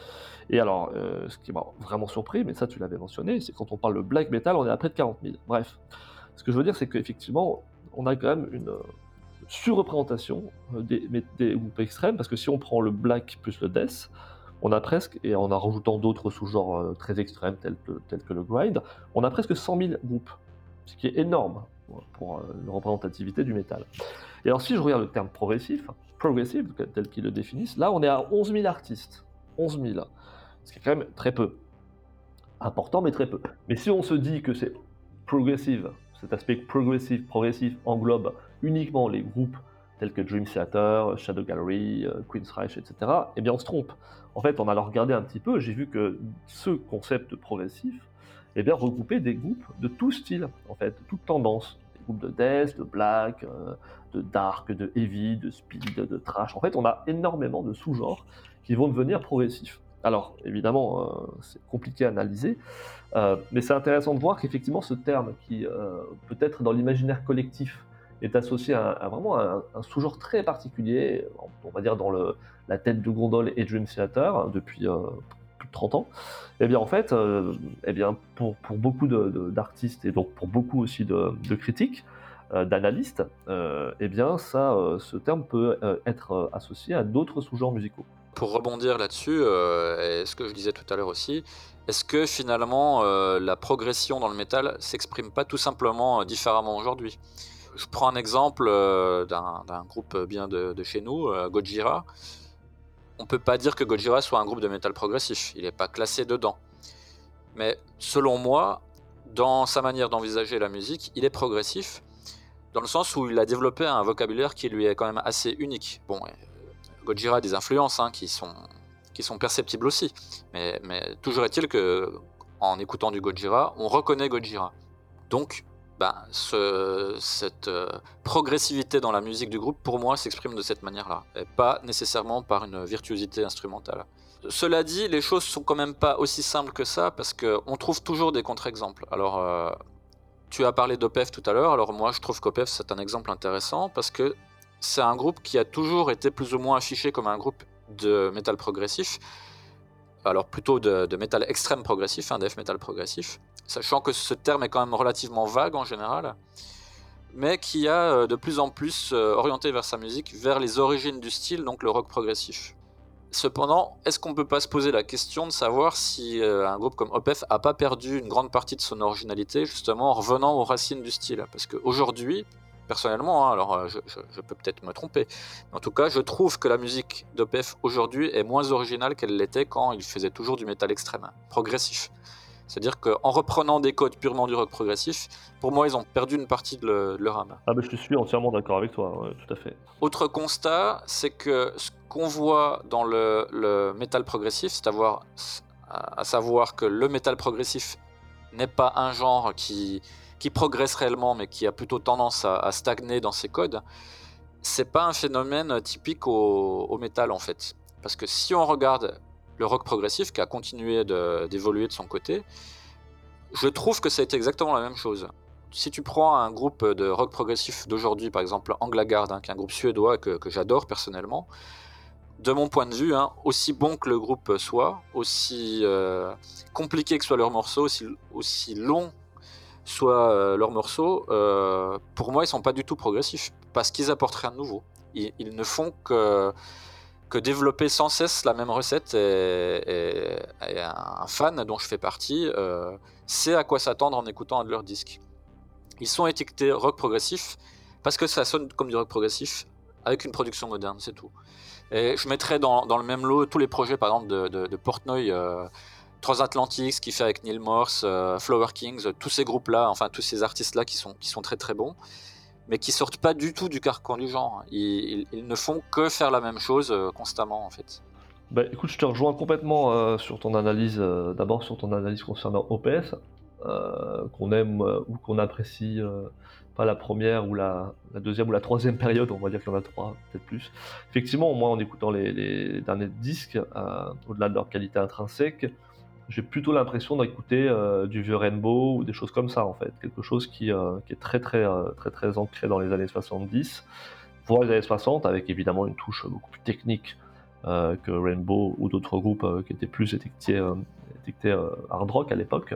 Et alors, euh, ce qui m'a vraiment surpris, mais ça tu l'avais mentionné, c'est quand on parle de black metal, on est à près de quarante mille. Bref, ce que je veux dire, c'est qu'effectivement, on a quand même une euh, surreprésentation euh, des, des groupes extrêmes, parce que si on prend le black plus le death, on a presque, et en en rajoutant d'autres sous-genres euh, très extrêmes tels que, tels que le grind, on a presque cent mille groupes, ce qui est énorme pour euh, une représentativité du métal. Et alors si je regarde le terme progressif, progressive, tel qu'ils le définissent, là on est à onze mille artistes. onze mille. Ce qui est quand même très peu. Important, mais très peu. Mais si on se dit que c'est progressive, cet aspect progressif, progressif englobe uniquement les groupes tels que Dream Theater, Shadow Gallery, Queensryche, et cetera, eh bien on se trompe. En fait, en allant regarder un petit peu, j'ai vu que ce concept progressif eh bien, regroupait des groupes de tout style, en fait, de toute tendance. Des groupes de death, de black, euh, de dark, de heavy, de speed, de trash. En fait, on a énormément de sous-genres qui vont devenir progressifs. Alors, évidemment, euh, c'est compliqué à analyser, euh, mais c'est intéressant de voir qu'effectivement, ce terme qui, euh, peut-être dans l'imaginaire collectif, est associé à, à vraiment un, un sous-genre très particulier, on va dire dans le, la tête de gondole et Dream Theater, hein, depuis euh, plus de trente ans. Et bien en fait, euh, eh bien, pour, pour beaucoup de, de, d'artistes et donc pour beaucoup aussi de, de critiques, euh, d'analystes, euh, eh bien ça, euh, ce terme peut euh, être euh, associé à d'autres sous-genres musicaux. Pour rebondir là-dessus, euh, et ce que je disais tout à l'heure aussi, est-ce que finalement euh, la progression dans le métal s'exprime pas tout simplement euh, différemment aujourd'hui ? Je prends un exemple euh, d'un, d'un groupe bien de, de chez nous, euh, Gojira. On peut pas dire que Gojira soit un groupe de métal progressif, il n'est pas classé dedans. Mais selon moi, dans sa manière d'envisager la musique, il est progressif, dans le sens où il a développé un vocabulaire qui lui est quand même assez unique. Bon, Gojira a des influences hein, qui, sont, qui sont perceptibles aussi, mais, mais toujours est-il qu'en écoutant du Gojira, on reconnaît Gojira. Donc, ben, ce, cette euh, progressivité dans la musique du groupe, pour moi, s'exprime de cette manière-là, et pas nécessairement par une virtuosité instrumentale. Cela dit, les choses sont quand même pas aussi simples que ça, parce qu'on trouve toujours des contre-exemples. Alors, euh, tu as parlé d'Opeth tout à l'heure, alors moi je trouve qu'Opeth c'est un exemple intéressant, parce que c'est un groupe qui a toujours été plus ou moins affiché comme un groupe de métal progressif, alors plutôt de, de métal extrême progressif, un hein, death metal progressif, sachant que ce terme est quand même relativement vague en général, mais qui a de plus en plus orienté vers sa musique, vers les origines du style, donc le rock progressif. Cependant, est-ce qu'on peut pas se poser la question de savoir si euh, un groupe comme Opeth a pas perdu une grande partie de son originalité, justement en revenant aux racines du style ? Parce qu'aujourd'hui, personnellement, hein, alors je, je, je peux peut-être me tromper, mais en tout cas, je trouve que la musique d'Opeth aujourd'hui est moins originale qu'elle l'était quand il faisait toujours du métal extrême, progressif. C'est-à-dire qu'en reprenant des codes purement du rock progressif, pour moi, ils ont perdu une partie de, le, de leur âme. Ah ben, je suis entièrement d'accord avec toi, ouais, tout à fait. Autre constat, c'est que ce qu'on voit dans le, le métal progressif, c'est à, voir, à savoir que le métal progressif n'est pas un genre qui, qui progresse réellement, mais qui a plutôt tendance à, à stagner dans ses codes, c'est pas un phénomène typique au, au métal en fait. Parce que si on regarde le rock progressif qui a continué de, d'évoluer de son côté, je trouve que ça a été exactement la même chose. Si tu prends un groupe de rock progressif d'aujourd'hui, par exemple Anglagard, hein, qui est un groupe suédois que, que j'adore personnellement, de mon point de vue, hein, aussi bon que le groupe soit, aussi euh, compliqué que soient leurs morceaux, aussi, aussi long soient euh, leurs morceaux, euh, pour moi ils sont pas du tout progressifs, parce qu'ils apportent rien de nouveau. Ils, ils ne font que, que développer sans cesse la même recette, et, et, et un fan dont je fais partie euh, sait à quoi s'attendre en écoutant un de leurs disques. Ils sont étiquetés rock progressif parce que ça sonne comme du rock progressif avec une production moderne, c'est tout. Et je mettrais dans, dans le même lot tous les projets, par exemple, de, de, de Portnoy, euh, Transatlantic, ce qu'il fait avec Neil Morse, euh, Flower Kings, tous ces groupes-là, enfin tous ces artistes-là qui sont, qui sont très très bons, mais qui sortent pas du tout du carcan du genre. Ils, ils, ils ne font que faire la même chose euh, constamment, en fait. Bah, écoute, je te rejoins complètement euh, sur ton analyse, euh, d'abord sur ton analyse concernant O P S, euh, qu'on aime euh, ou qu'on apprécie, euh, pas la première ou la, la deuxième ou la troisième période, on va dire qu'il y en a trois, peut-être plus. Effectivement, moi, en écoutant les, les derniers disques, euh, au-delà de leur qualité intrinsèque, j'ai plutôt l'impression d'écouter euh, du vieux Rainbow ou des choses comme ça, en fait. Quelque chose qui, euh, qui est très, très, euh, très, très ancré dans les années soixante-dix, voire les années soixante, avec évidemment une touche beaucoup plus technique euh, que Rainbow ou d'autres groupes euh, qui étaient plus étiquetés, euh, étiquetés euh, hard rock à l'époque.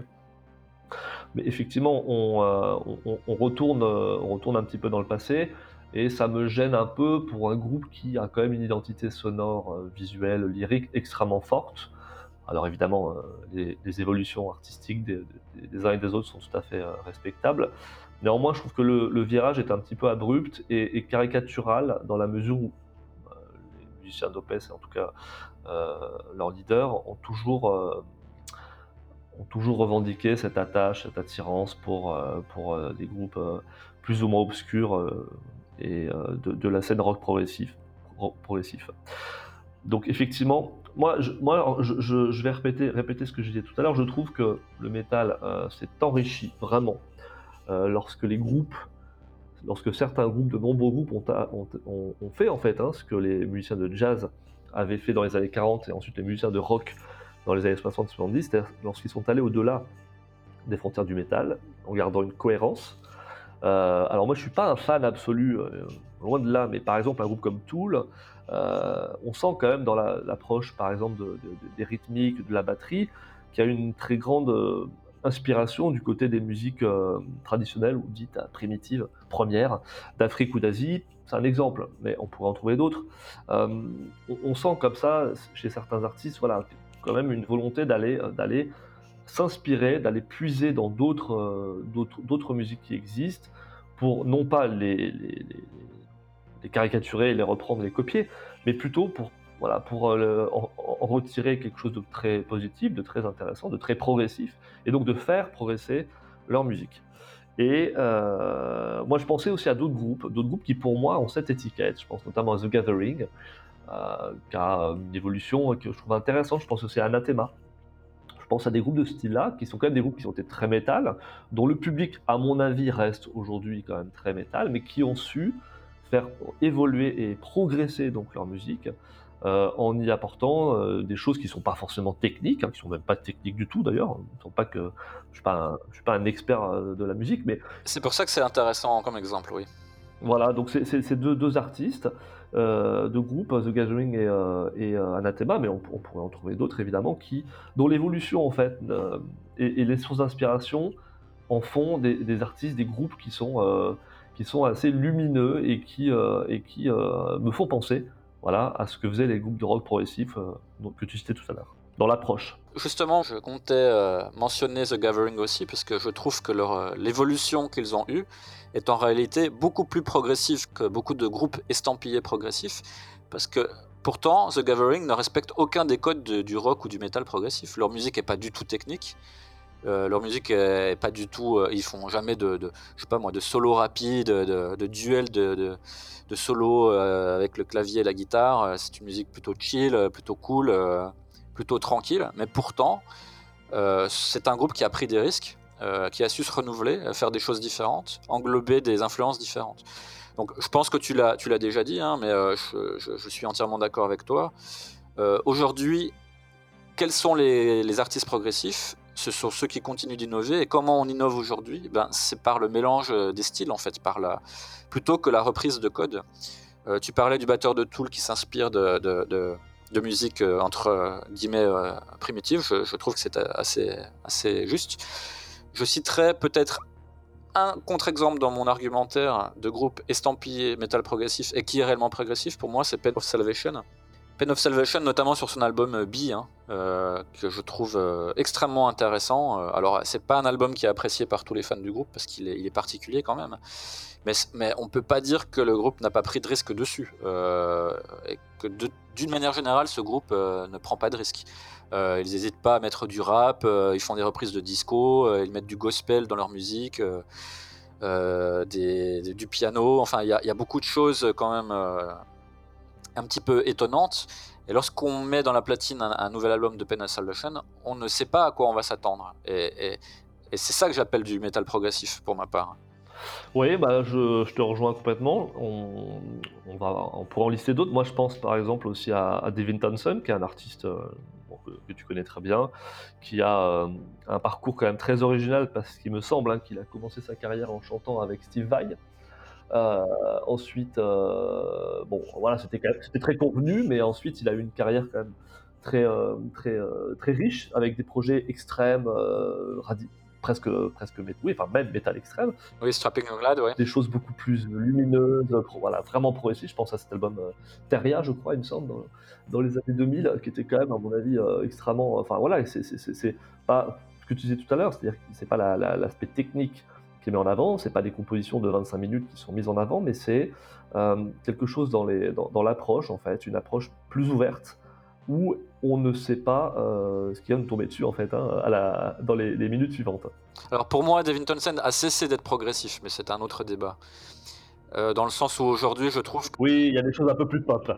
Mais effectivement, on, euh, on, on, retourne, euh, on retourne un petit peu dans le passé, et ça me gêne un peu pour un groupe qui a quand même une identité sonore, euh, visuelle, lyrique extrêmement forte. Alors évidemment, euh, les, les évolutions artistiques des, des, des uns et des autres sont tout à fait euh, respectables. Néanmoins, je trouve que le, le virage est un petit peu abrupt et, et caricatural, dans la mesure où euh, les musiciens d'O P S, et en tout cas euh, leurs leaders, ont toujours, euh, ont toujours revendiqué cette attache, cette attirance pour, euh, pour euh, des groupes euh, plus ou moins obscurs euh, et euh, de, de la scène rock progressif. Rock progressif. Donc effectivement, moi, je, moi, je, je, je vais répéter, répéter ce que je disais tout à l'heure. Je trouve que le métal euh, s'est enrichi vraiment euh, lorsque les groupes, lorsque certains groupes, de nombreux groupes ont, ont, ont, ont fait en fait hein, ce que les musiciens de jazz avaient fait dans les années quarante et ensuite les musiciens de rock dans les années soixante soixante-dix, c'est-à-dire lorsqu'ils sont allés au-delà des frontières du métal en gardant une cohérence. Euh, alors moi je suis pas un fan absolu, euh, loin de là, mais par exemple un groupe comme Tool, euh, on sent quand même dans la, l'approche par exemple de, de, de, des rythmiques, de la batterie, qu'il y a une très grande euh, inspiration du côté des musiques euh, traditionnelles ou dites euh, primitives, premières, d'Afrique ou d'Asie. C'est un exemple, mais on pourrait en trouver d'autres. Euh, on, on sent comme ça chez certains artistes, voilà, quand même une volonté d'aller, d'aller s'inspirer, d'aller puiser dans d'autres, euh, d'autres, d'autres musiques qui existent pour non pas les, les, les, les caricaturer, les reprendre, les copier, mais plutôt pour, voilà, pour euh, en, en retirer quelque chose de très positif, de très intéressant, de très progressif, et donc de faire progresser leur musique. Et euh, moi je pensais aussi à d'autres groupes, d'autres groupes qui pour moi ont cette étiquette, je pense notamment à The Gathering, euh, qui a une évolution que je trouve intéressante, je pense aussi à Anathema. Je pense à des groupes de ce style-là, qui sont quand même des groupes qui ont été très métal, dont le public, à mon avis, reste aujourd'hui quand même très métal, mais qui ont su faire évoluer et progresser donc leur musique, euh, en y apportant euh, des choses qui ne sont pas forcément techniques, hein, qui ne sont même pas techniques du tout d'ailleurs. Ils sont pas que, je ne suis, suis pas un expert de la musique, mais... C'est pour ça que c'est intéressant comme exemple, oui. Voilà, donc c'est, c'est, c'est deux, deux artistes, euh, deux groupes, The Gathering et, euh, et euh, Anathema, mais on, on pourrait en trouver d'autres évidemment, qui, dont l'évolution en fait euh, et, et les sources d'inspiration en font des, des artistes, des groupes qui sont, euh, qui sont assez lumineux et qui, euh, et qui euh, me font penser, voilà, à ce que faisaient les groupes de rock progressif euh, que tu citais tout à l'heure, dans l'approche. Justement, je comptais euh, mentionner The Gathering aussi, parce que je trouve que leur, euh, l'évolution qu'ils ont eue est en réalité beaucoup plus progressive que beaucoup de groupes estampillés progressifs, parce que pourtant, The Gathering ne respecte aucun des codes de, du rock ou du metal progressif. Leur musique est pas du tout technique, euh, leur musique est pas du tout... Euh, ils font jamais de, de, je sais pas moi, de solo rapide, de, de duel, de, de, de solo euh, avec le clavier et la guitare. C'est une musique plutôt chill, plutôt cool, euh, plutôt tranquille, mais pourtant, euh, c'est un groupe qui a pris des risques, euh, qui a su se renouveler, faire des choses différentes, englober des influences différentes. Donc je pense que tu l'as, tu l'as déjà dit, hein, mais euh, je, je, je suis entièrement d'accord avec toi. Euh, aujourd'hui, quels sont les, les artistes progressifs ? ce sont ceux qui continuent d'innover. Et comment on innove aujourd'hui? Ben, c'est par le mélange des styles, en fait, par la... plutôt que la reprise de code. Euh, tu parlais du batteur de Tool qui s'inspire de, de, de, de musique euh, entre euh, guillemets euh, primitive. Je, je trouve que c'est assez, assez juste. Je citerai peut-être un contre-exemple dans mon argumentaire de groupe estampillé metal progressif et qui est réellement progressif. Pour moi, c'est Pain of Salvation. Pain of Salvation, notamment sur son album euh, B, hein, euh, que je trouve euh, extrêmement intéressant. Euh, alors, c'est pas un album qui est apprécié par tous les fans du groupe parce qu'il est, il est particulier quand même. Mais, mais on peut pas dire que le groupe n'a pas pris de risque dessus. Euh, et que de, d'une manière générale, ce groupe euh, ne prend pas de risque. Euh, ils n'hésitent pas à mettre du rap, euh, ils font des reprises de disco, euh, ils mettent du gospel dans leur musique, euh, euh, des, des, du piano. Enfin, il y, y a beaucoup de choses quand même. Euh, un petit peu étonnante, et lorsqu'on met dans la platine un, un nouvel album de Pain of Salvation, on ne sait pas à quoi on va s'attendre, et, et, et c'est ça que j'appelle du métal progressif pour ma part. Oui, bah je, je te rejoins complètement. On, on, va, on pourra en lister d'autres. Moi, je pense par exemple aussi à, à Devin Townsend, qui est un artiste euh, bon, que, que tu connais très bien, qui a euh, un parcours quand même très original, parce qu'il me semble hein, qu'il a commencé sa carrière en chantant avec Steve Vai. Euh, ensuite, euh, bon, voilà, c'était, quand même- c'était très convenu, mais ensuite, il a eu une carrière quand même très, euh, très, euh, très riche, avec des projets extrêmes, euh, radi- presque, presque, mé- oui, enfin même métal extrême, Oui, Strapping Young Lad, ouais. des choses beaucoup plus lumineuses, pro- voilà, vraiment progressif. Je pense à cet album euh, Teria, je crois, il me semble, dans, dans les années deux mille, qui était quand même, à mon avis, euh, extrêmement. Enfin voilà, c'est, c'est, c'est, c'est pas ce que tu disais tout à l'heure, c'est-à-dire que c'est pas la- la- l'aspect technique qui est mis en avant, c'est pas des compositions de vingt-cinq minutes qui sont mises en avant, mais c'est euh, quelque chose dans, les, dans, dans l'approche, en fait, une approche plus ouverte, où on ne sait pas euh, ce qui vient de tomber dessus, en fait, hein, à la, dans les, les minutes suivantes. Alors pour moi, Devin Townsend a cessé d'être progressif, mais c'est un autre débat. Euh, dans le sens où aujourd'hui, je trouve que... Oui, il y a des choses un peu plus pop.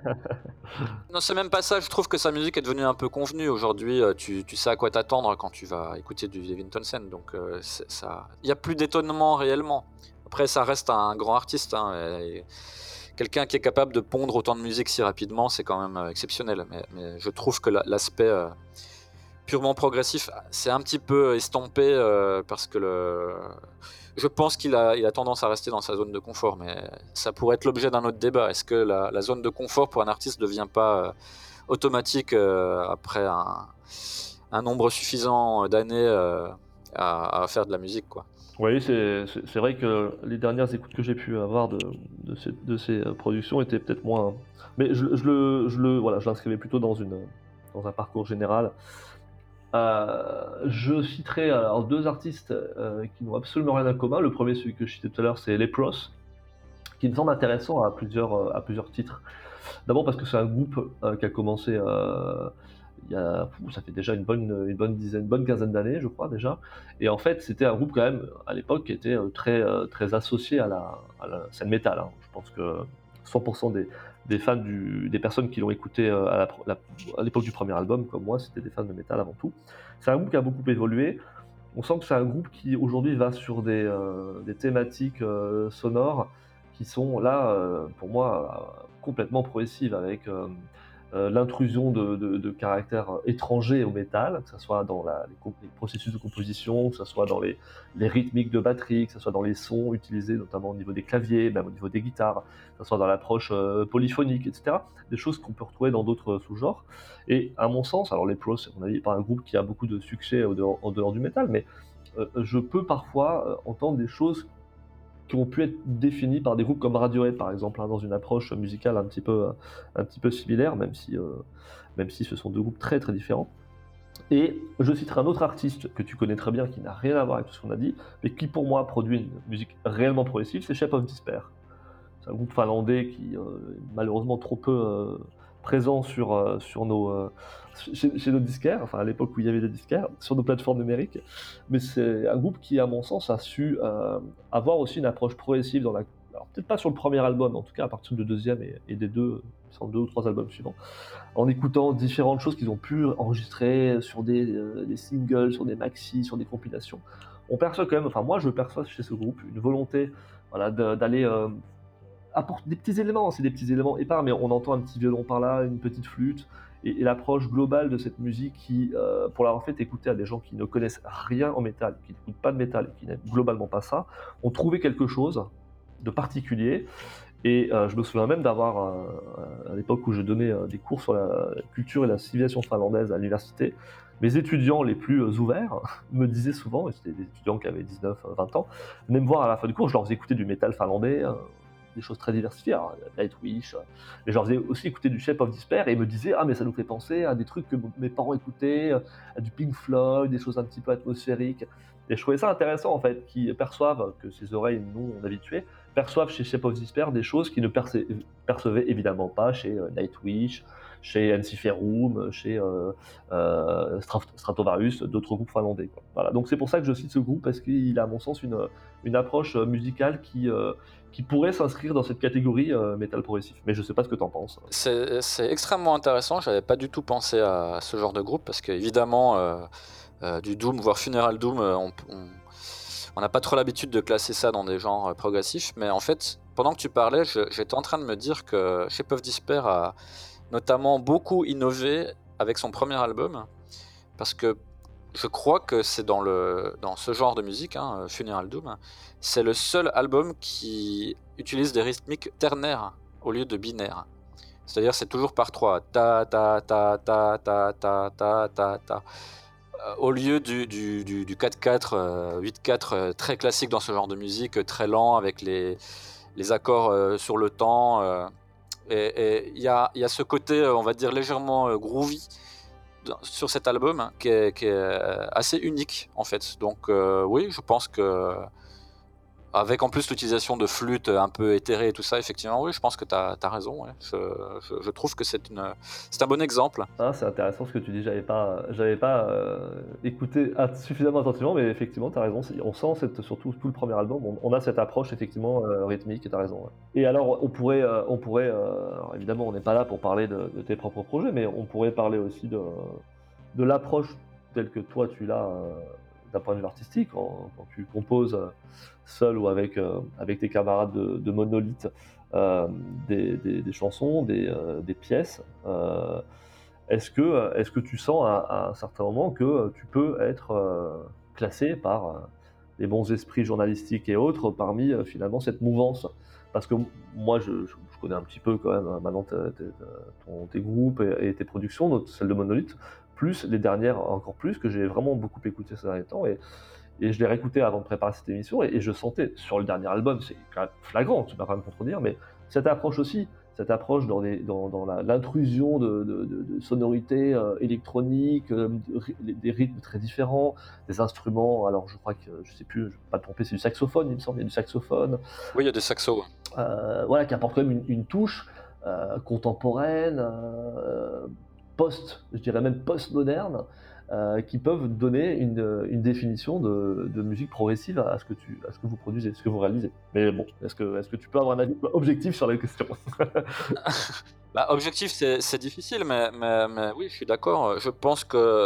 Non, c'est même pas ça, je trouve que sa musique est devenue un peu convenue. Aujourd'hui, euh, tu, tu sais à quoi t'attendre quand tu vas écouter du Devin Townsend, donc euh, c'est- ça... il n'y a plus d'étonnement réellement. Après, ça reste un grand artiste, hein, et quelqu'un qui est capable de pondre autant de musique si rapidement, c'est quand même euh, exceptionnel. Mais, mais je trouve que la- l'aspect euh, purement progressif, c'est un petit peu estompé euh, parce que le... je pense qu'il a, il a tendance à rester dans sa zone de confort, mais ça pourrait être l'objet d'un autre débat. Est-ce que la, la zone de confort pour un artiste ne devient pas euh, automatique euh, après un, un nombre suffisant d'années euh, à, à faire de la musique, quoi. Oui, c'est, c'est, c'est vrai que les dernières écoutes que j'ai pu avoir de, de ces, de ces euh, productions étaient peut-être moins. Mais je, je le, je le, voilà, je l'inscrivais plutôt dans une, dans un parcours général. Euh, je citerai alors deux artistes euh, qui n'ont absolument rien en commun. Le premier, celui que je citais tout à l'heure, c'est Leprous, qui me semble intéressant à plusieurs, euh, à plusieurs titres. D'abord parce que c'est un groupe euh, qui a commencé euh, il y a, fou, ça fait déjà une bonne, une bonne dizaine, une bonne quinzaine d'années, je crois déjà. Et en fait, c'était un groupe quand même à l'époque qui était euh, très, euh, très associé à la, à la scène métal, hein. Je pense que cent pour cent des, des fans du, des personnes qui l'ont écouté euh, à, la, la, à l'époque du premier album, comme moi, c'était des fans de métal avant tout. C'est un groupe qui a beaucoup évolué. On sent que c'est un groupe qui aujourd'hui va sur des, euh, des thématiques euh, sonores qui sont là, euh, pour moi, euh, complètement progressives, avec euh, euh, l'intrusion de, de, de caractères étrangers au métal, que ce soit dans la, les, les processus de composition, que ce soit dans les, les rythmiques de batterie, que ce soit dans les sons utilisés, notamment au niveau des claviers, même au niveau des guitares, que ce soit dans l'approche euh, polyphonique, et cetera. Des choses qu'on peut retrouver dans d'autres sous-genres. Et à mon sens, alors les Pros, c'est à mon avis pas un groupe qui a beaucoup de succès au dehors, en dehors du métal, mais euh, je peux parfois euh, entendre des choses qui ont pu être définies par des groupes comme Radiohead, par exemple, hein, dans une approche musicale un petit peu, un petit peu similaire, même si, euh, même si ce sont deux groupes très très différents. Et je citerai un autre artiste que tu connais très bien, qui n'a rien à voir avec tout ce qu'on a dit, mais qui pour moi produit une musique réellement progressive, c'est Shape of Despair. C'est un groupe finlandais qui euh, est malheureusement trop peu euh, présent sur, euh, sur nos, euh, chez, chez nos disquaires, enfin à l'époque où il y avait des disquaires, sur nos plateformes numériques. Mais c'est un groupe qui, à mon sens, a su euh, avoir aussi une approche progressive dans la. Alors peut-être pas sur le premier album, en tout cas à partir du deuxième et, et des deux, sans deux ou trois albums suivants, en écoutant différentes choses qu'ils ont pu enregistrer sur des, euh, des singles, sur des maxis, sur des compilations. On perçoit quand même, enfin moi je perçois chez ce groupe une volonté voilà, de, d'aller. Euh, apporte des petits éléments, c'est des petits éléments épars, mais on entend un petit violon par là, une petite flûte, et, et l'approche globale de cette musique qui, euh, pour l'avoir fait écouter à des gens qui ne connaissent rien en métal, qui n'écoutent pas de métal, et qui n'aiment globalement pas ça, ont trouvé quelque chose de particulier. Et euh, je me souviens même d'avoir, euh, à l'époque où je donnais euh, des cours sur la culture et la civilisation finlandaise à l'université, mes étudiants les plus euh, ouverts me disaient souvent, et c'était des étudiants qui avaient dix-neuf vingt ans, venaient me voir à la fin du cours, je leur faisais écouter du métal finlandais, euh, des choses très diversifiées, alors, Nightwish, euh, mais je leur faisais aussi écouter du Shape of Despair, et ils me disaient « Ah mais ça nous fait penser à des trucs que mes parents écoutaient, à du Pink Floyd, des choses un petit peu atmosphériques ». Et je trouvais ça intéressant en fait, qu'ils perçoivent, que ces oreilles non habituées, perçoivent chez Shape of Despair des choses qu'ils ne perce- percevaient évidemment pas chez euh, Nightwish, chez Ensiferum, chez euh, euh, Strat- Stratovarius, d'autres groupes finlandais, quoi. Voilà. Donc c'est pour ça que je cite ce groupe, parce qu'il a à mon sens une, une approche euh, musicale qui, euh, qui pourrait s'inscrire dans cette catégorie euh, métal progressif. Mais je sais pas ce que t'en penses. C'est, c'est extrêmement intéressant, j'avais pas du tout pensé à ce genre de groupe, parce qu'évidemment, euh, euh, du Doom, voire Funeral Doom, euh, on on- on n'a pas trop l'habitude de classer ça dans des genres euh, progressifs, mais en fait, pendant que tu parlais, je- j'étais en train de me dire que Shape of Despair a notamment beaucoup innové avec son premier album, parce que je crois que c'est dans, le, dans ce genre de musique, hein, euh, Funeral Doom, c'est le seul album qui utilise des rythmiques ternaires au lieu de binaires. C'est-à-dire c'est toujours par trois. Ta ta ta ta ta ta ta ta ta. Euh, au lieu du, du, du, du quatre quatre, euh, huit quatre euh, très classique dans ce genre de musique, euh, très lent avec les, les accords euh, sur le temps. euh, et il y a, y a ce côté, euh, on va dire, légèrement euh, groovy dans- sur cet album hein, qui est, qui est, euh, assez unique en fait. Donc euh, oui, je pense que avec en plus l'utilisation de flûtes un peu éthérées et tout ça, effectivement, oui, je pense que tu as raison. Ouais. Je, je- je trouve que c'est une, c'est un bon exemple. Ah, c'est intéressant ce que tu dis, j'avais pas, j'avais pas euh, écouté at- suffisamment attentivement, mais effectivement, tu as raison. c'est- On sent cette, surtout tout le premier album, on, on a cette approche effectivement euh, rythmique, tu as raison. Ouais. Et alors, on pourrait, euh, on pourrait euh, alors évidemment, on n'est pas là pour parler de, de tes propres projets, mais on pourrait parler aussi de, de l'approche telle que toi tu l'as euh, d'un point de vue artistique, quand, quand tu composes euh, seul ou avec, euh, avec tes camarades de, de Monolith euh, des, des- des chansons, des, euh, des pièces. euh, est-ce que, est-ce que tu sens à, à un certain moment que tu peux être euh, classé par euh, les bons esprits journalistiques et autres parmi euh, finalement cette mouvance? Parce que m- moi, je, je- je connais un petit peu quand même hein, maintenant tes, tes- ton- tes groupes et, et tes productions, donc celle de Monolith, plus les dernières encore plus, que j'ai vraiment beaucoup écouté ces derniers temps. Et, et je l'ai réécouté avant de préparer cette émission, et, et je sentais sur le dernier album, c'est quand même flagrant, tu vas pas me contredire, mais cette approche aussi, cette approche dans, des- dans, dans la- l'intrusion de, de- de- de sonorités euh, électroniques, euh, de ry- des des rythmes très différents, des instruments. Alors je crois que, je sais plus, je ne vais pas te tromper, c'est du saxophone, il me semble, il y a du saxophone, Oui, il y a des saxos. euh, voilà, qui apporte quand même une, une touche euh, contemporaine, euh, post, je dirais même post-moderne, euh, qui peuvent donner une, une définition de, de musique progressive à ce que tu, à ce que vous produisez, ce que vous réalisez. Mais bon, est-ce que, est-ce que tu peux avoir un avis objectif sur la question? Bah, objectif, c'est c'est difficile, mais, mais, mais oui, je suis d'accord. Je pense que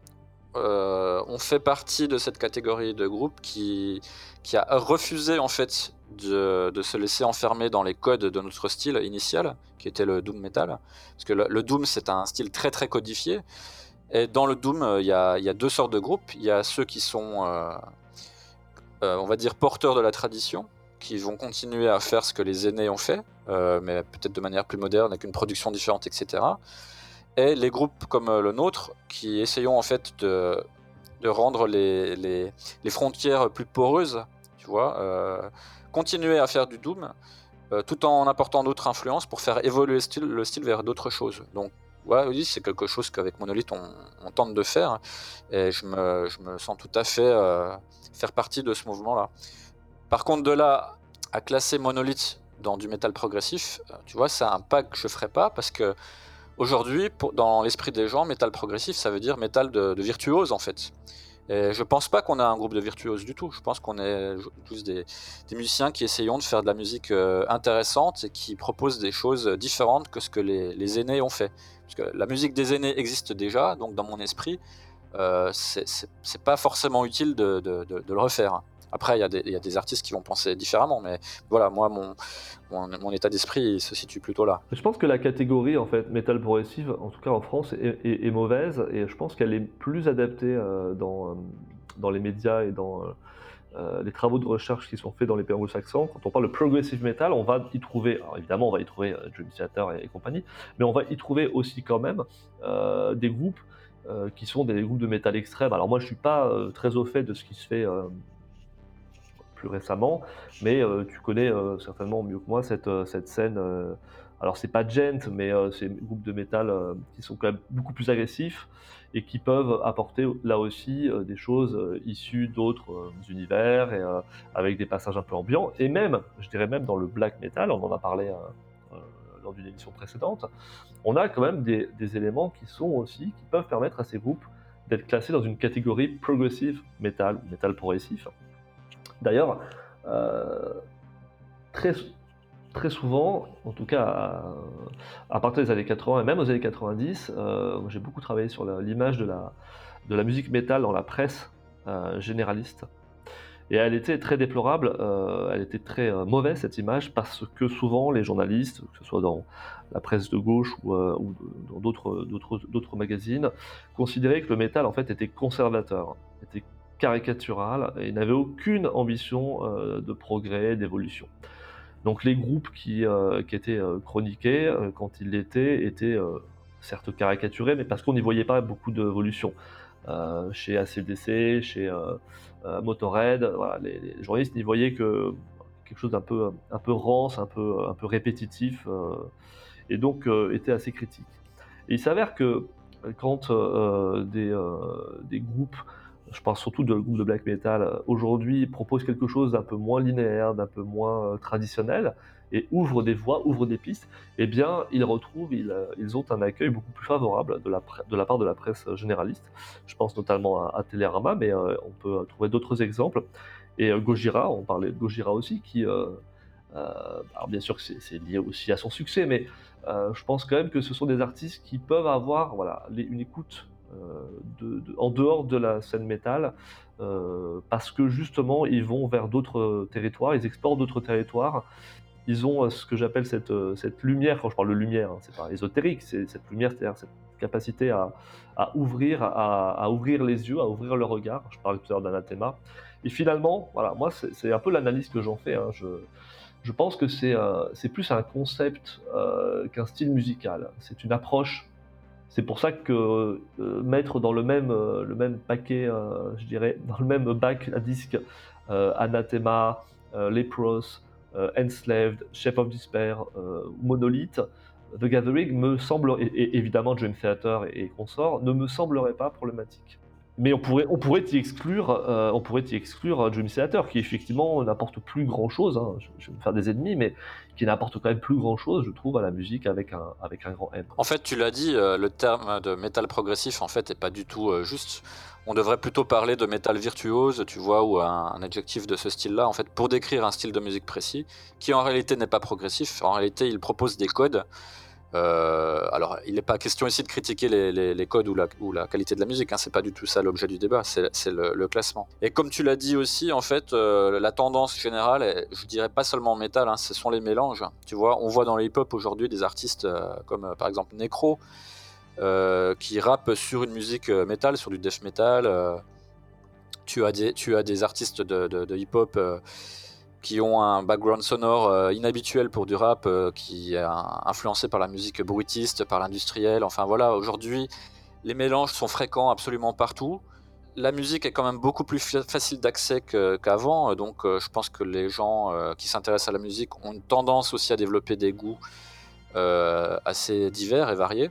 euh, on fait partie de cette catégorie de groupe qui, qui a refusé en fait de, de se laisser enfermer dans les codes de notre style initial, qui était le doom metal. Parce que le, le doom, c'est un style très très codifié. Et dans le doom, euh, il y a, il y a deux sortes de groupes. Il y a ceux qui sont, euh, euh, on va dire, porteurs de la tradition, qui vont continuer à faire ce que les aînés ont fait, euh, mais peut-être de manière plus moderne, avec une production différente, et cetera. Et les groupes comme euh, le nôtre, qui essayons en fait de, de rendre les, les, les frontières plus poreuses, tu vois, euh, continuer à faire du doom, euh, tout en apportant d'autres influences pour faire évoluer le style, le style vers d'autres choses. Donc, ouais, oui, c'est quelque chose qu'avec Monolith on, on tente de faire, et je me, je me sens tout à fait euh, faire partie de ce mouvement-là. Par contre, de là à classer Monolith dans du métal progressif, euh, tu vois, c'est un pas que je ferais pas, parce que aujourd'hui, pour- dans l'esprit des gens, métal progressif, ça veut dire métal de, de virtuose en fait. Et je pense pas qu'on a un groupe de virtuoses du tout. Je pense qu'on est tous des, des musiciens qui essayons de faire de la musique euh, intéressante et qui proposent des choses différentes que ce que les, les aînés ont fait. Parce que la musique des aînés existe déjà, donc dans mon esprit, euh, c'est c'est- c'est pas forcément utile de, de- de- de le refaire. Après, il y a des, il y a des artistes qui vont penser différemment, mais voilà, moi, mon, mon, mon état d'esprit il se situe plutôt là. Je pense que la catégorie en fait metal progressive, en tout cas en France, est, est- est mauvaise et je pense qu'elle est plus adaptée euh, dans, euh, dans les médias et dans euh, euh, les travaux de recherche qui sont faits dans les pays anglo-saxons. Quand on parle de progressive metal, on va y trouver, alors évidemment on va y trouver euh, Dream Theater et, et compagnie, mais on va y trouver aussi quand même euh, des groupes euh, qui sont des groupes de métal extrême. Alors moi je suis pas euh, très au fait de ce qui se fait euh, plus récemment, mais euh, tu connais euh, certainement mieux que moi cette, euh, cette scène. Euh, alors c'est pas gent, mais euh, c'est des groupes de métal euh, qui sont quand même beaucoup plus agressifs et qui peuvent apporter là aussi euh, des choses euh, issues d'autres euh, univers et euh, avec des passages un peu ambiants. Et même, je dirais même dans le black metal, on en a parlé euh, euh, lors d'une émission précédente, on a quand même des, des éléments qui sont aussi qui peuvent permettre à ces groupes d'être classés dans une catégorie progressive metal ou metal progressif. D'ailleurs, euh, très, très souvent, en tout cas à, à partir des années quatre-vingts et même aux années quatre-vingt-dix, euh, j'ai beaucoup travaillé sur la- l'image de la, de la musique métal dans la presse euh, généraliste. Et elle était très déplorable, euh, elle était très euh, mauvaise cette image parce que souvent les journalistes, que ce soit dans la presse de gauche ou, euh, ou de- dans d'autres, d'autres, d'autres magazines, considéraient que le métal en fait était conservateur, était caricatural et n'avait aucune ambition euh, de progrès, d'évolution. Donc les groupes qui, euh, qui étaient euh, chroniqués, euh, quand ils l'étaient, étaient euh, certes caricaturés, mais parce qu'on n'y voyait pas beaucoup d'évolution. Euh, chez A C D C, chez euh, euh, Motorhead, voilà, les, les journalistes n'y voyaient que quelque chose d'un peu, un peu rance, un peu, un peu répétitif, euh, et donc euh, étaient assez critiques. Et il s'avère que euh, quand euh, des, euh, des groupes, je parle surtout de groupes de black metal, euh, aujourd'hui proposent quelque chose d'un peu moins linéaire, d'un peu moins euh, traditionnel, et ouvrent des voies, ouvrent des pistes, eh bien, ils retrouvent, ils, euh, ils ont un accueil beaucoup plus favorable de la, pre- de la part de la presse généraliste. Je pense notamment à, à Télérama, mais euh, on peut trouver d'autres exemples. Et euh, Gojira, on parlait de Gojira aussi, qui, euh, euh, alors bien sûr que c'est c'est lié aussi à son succès, mais euh, je pense quand même que ce sont des artistes qui peuvent avoir voilà, les- une écoute euh, de, de- en dehors de la scène métal, euh, parce que justement ils vont vers d'autres territoires, ils explorent d'autres territoires, ils ont euh, ce que j'appelle cette, euh, cette lumière, quand je parle de lumière, hein, c'est pas ésotérique, c'est cette lumière, c'est-à-dire cette capacité à, à ouvrir, à, à ouvrir les yeux, à ouvrir le regard. Je parlais tout à l'heure d'Anathema. Et finalement, voilà, moi c'est c'est un peu l'analyse que j'en fais. Hein. Je, je pense que c'est euh, c'est plus un concept euh, qu'un style musical. C'est une approche. C'est pour ça que euh, mettre dans le même, euh, le même paquet, euh, je dirais, dans le même bac à disque, euh, Anathema, euh, Leprous, euh, Enslaved, Shape of Despair, euh, Monolith, The Gathering me semble, et, et évidemment Dream Theater et, et consorts, ne me semblerait pas problématique. Mais on pourrait, on pourrait y exclure, euh, on pourrait y exclure euh, Dream Theater, qui effectivement n'apporte plus grand chose. Hein. Je, je vais me faire des ennemis, mais qui n'apporte quand même plus grand chose, je trouve, à la musique avec un, avec un grand M. En fait, tu l'as dit, euh, le terme de métal progressif, en fait, est pas du tout euh, juste. On devrait plutôt parler de métal virtuose, tu vois, ou un, un adjectif de ce style-là, en fait, pour décrire un style de musique précis, qui en réalité n'est pas progressif. En réalité, il propose des codes. Euh, alors, il n'est pas question ici de critiquer les, les, les codes ou la, ou la qualité de la musique, hein, c'est pas du tout ça l'objet du débat, c'est, c'est le, le classement. Et comme tu l'as dit aussi, en fait, euh, la tendance générale, est, je dirais pas seulement en métal, hein, ce sont les mélanges. Tu vois, on voit dans le hip-hop aujourd'hui des artistes euh, comme euh, par exemple Necro, euh, qui rappent sur une musique euh, métal, sur du death metal. Euh, tu, as des, tu as des artistes de, de, de hip-hop euh, qui ont un background sonore euh, inhabituel pour du rap, euh, qui est un, influencé par la musique bruitiste, par l'industriel. Enfin voilà, aujourd'hui, les mélanges sont fréquents absolument partout. La musique est quand même beaucoup plus fa- facile d'accès que- qu'avant, donc euh, je pense que les gens euh, qui s'intéressent à la musique ont une tendance aussi à développer des goûts euh, assez divers et variés.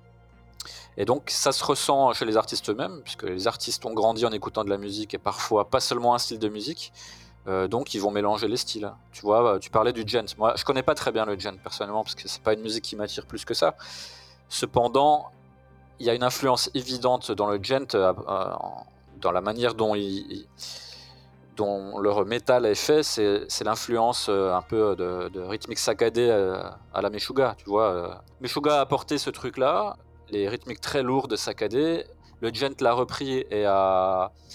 Et donc ça se ressent chez les artistes eux-mêmes, puisque les artistes ont grandi en écoutant de la musique et parfois pas seulement un style de musique. Euh, donc ils vont mélanger les styles. Tu vois, tu parlais du djent. Moi, je connais pas très bien le djent personnellement parce que c'est pas une musique qui m'attire plus que ça. Cependant, il y a une influence évidente dans le djent, euh, euh, dans la manière dont, il, dont leur métal est fait. C'est, c'est l'influence euh, un peu de, de rythmique saccadée euh, à la Meshuggah. Tu vois, euh. Meshuggah a apporté ce truc-là, les rythmiques très lourdes saccadées. Le djent l'a repris et a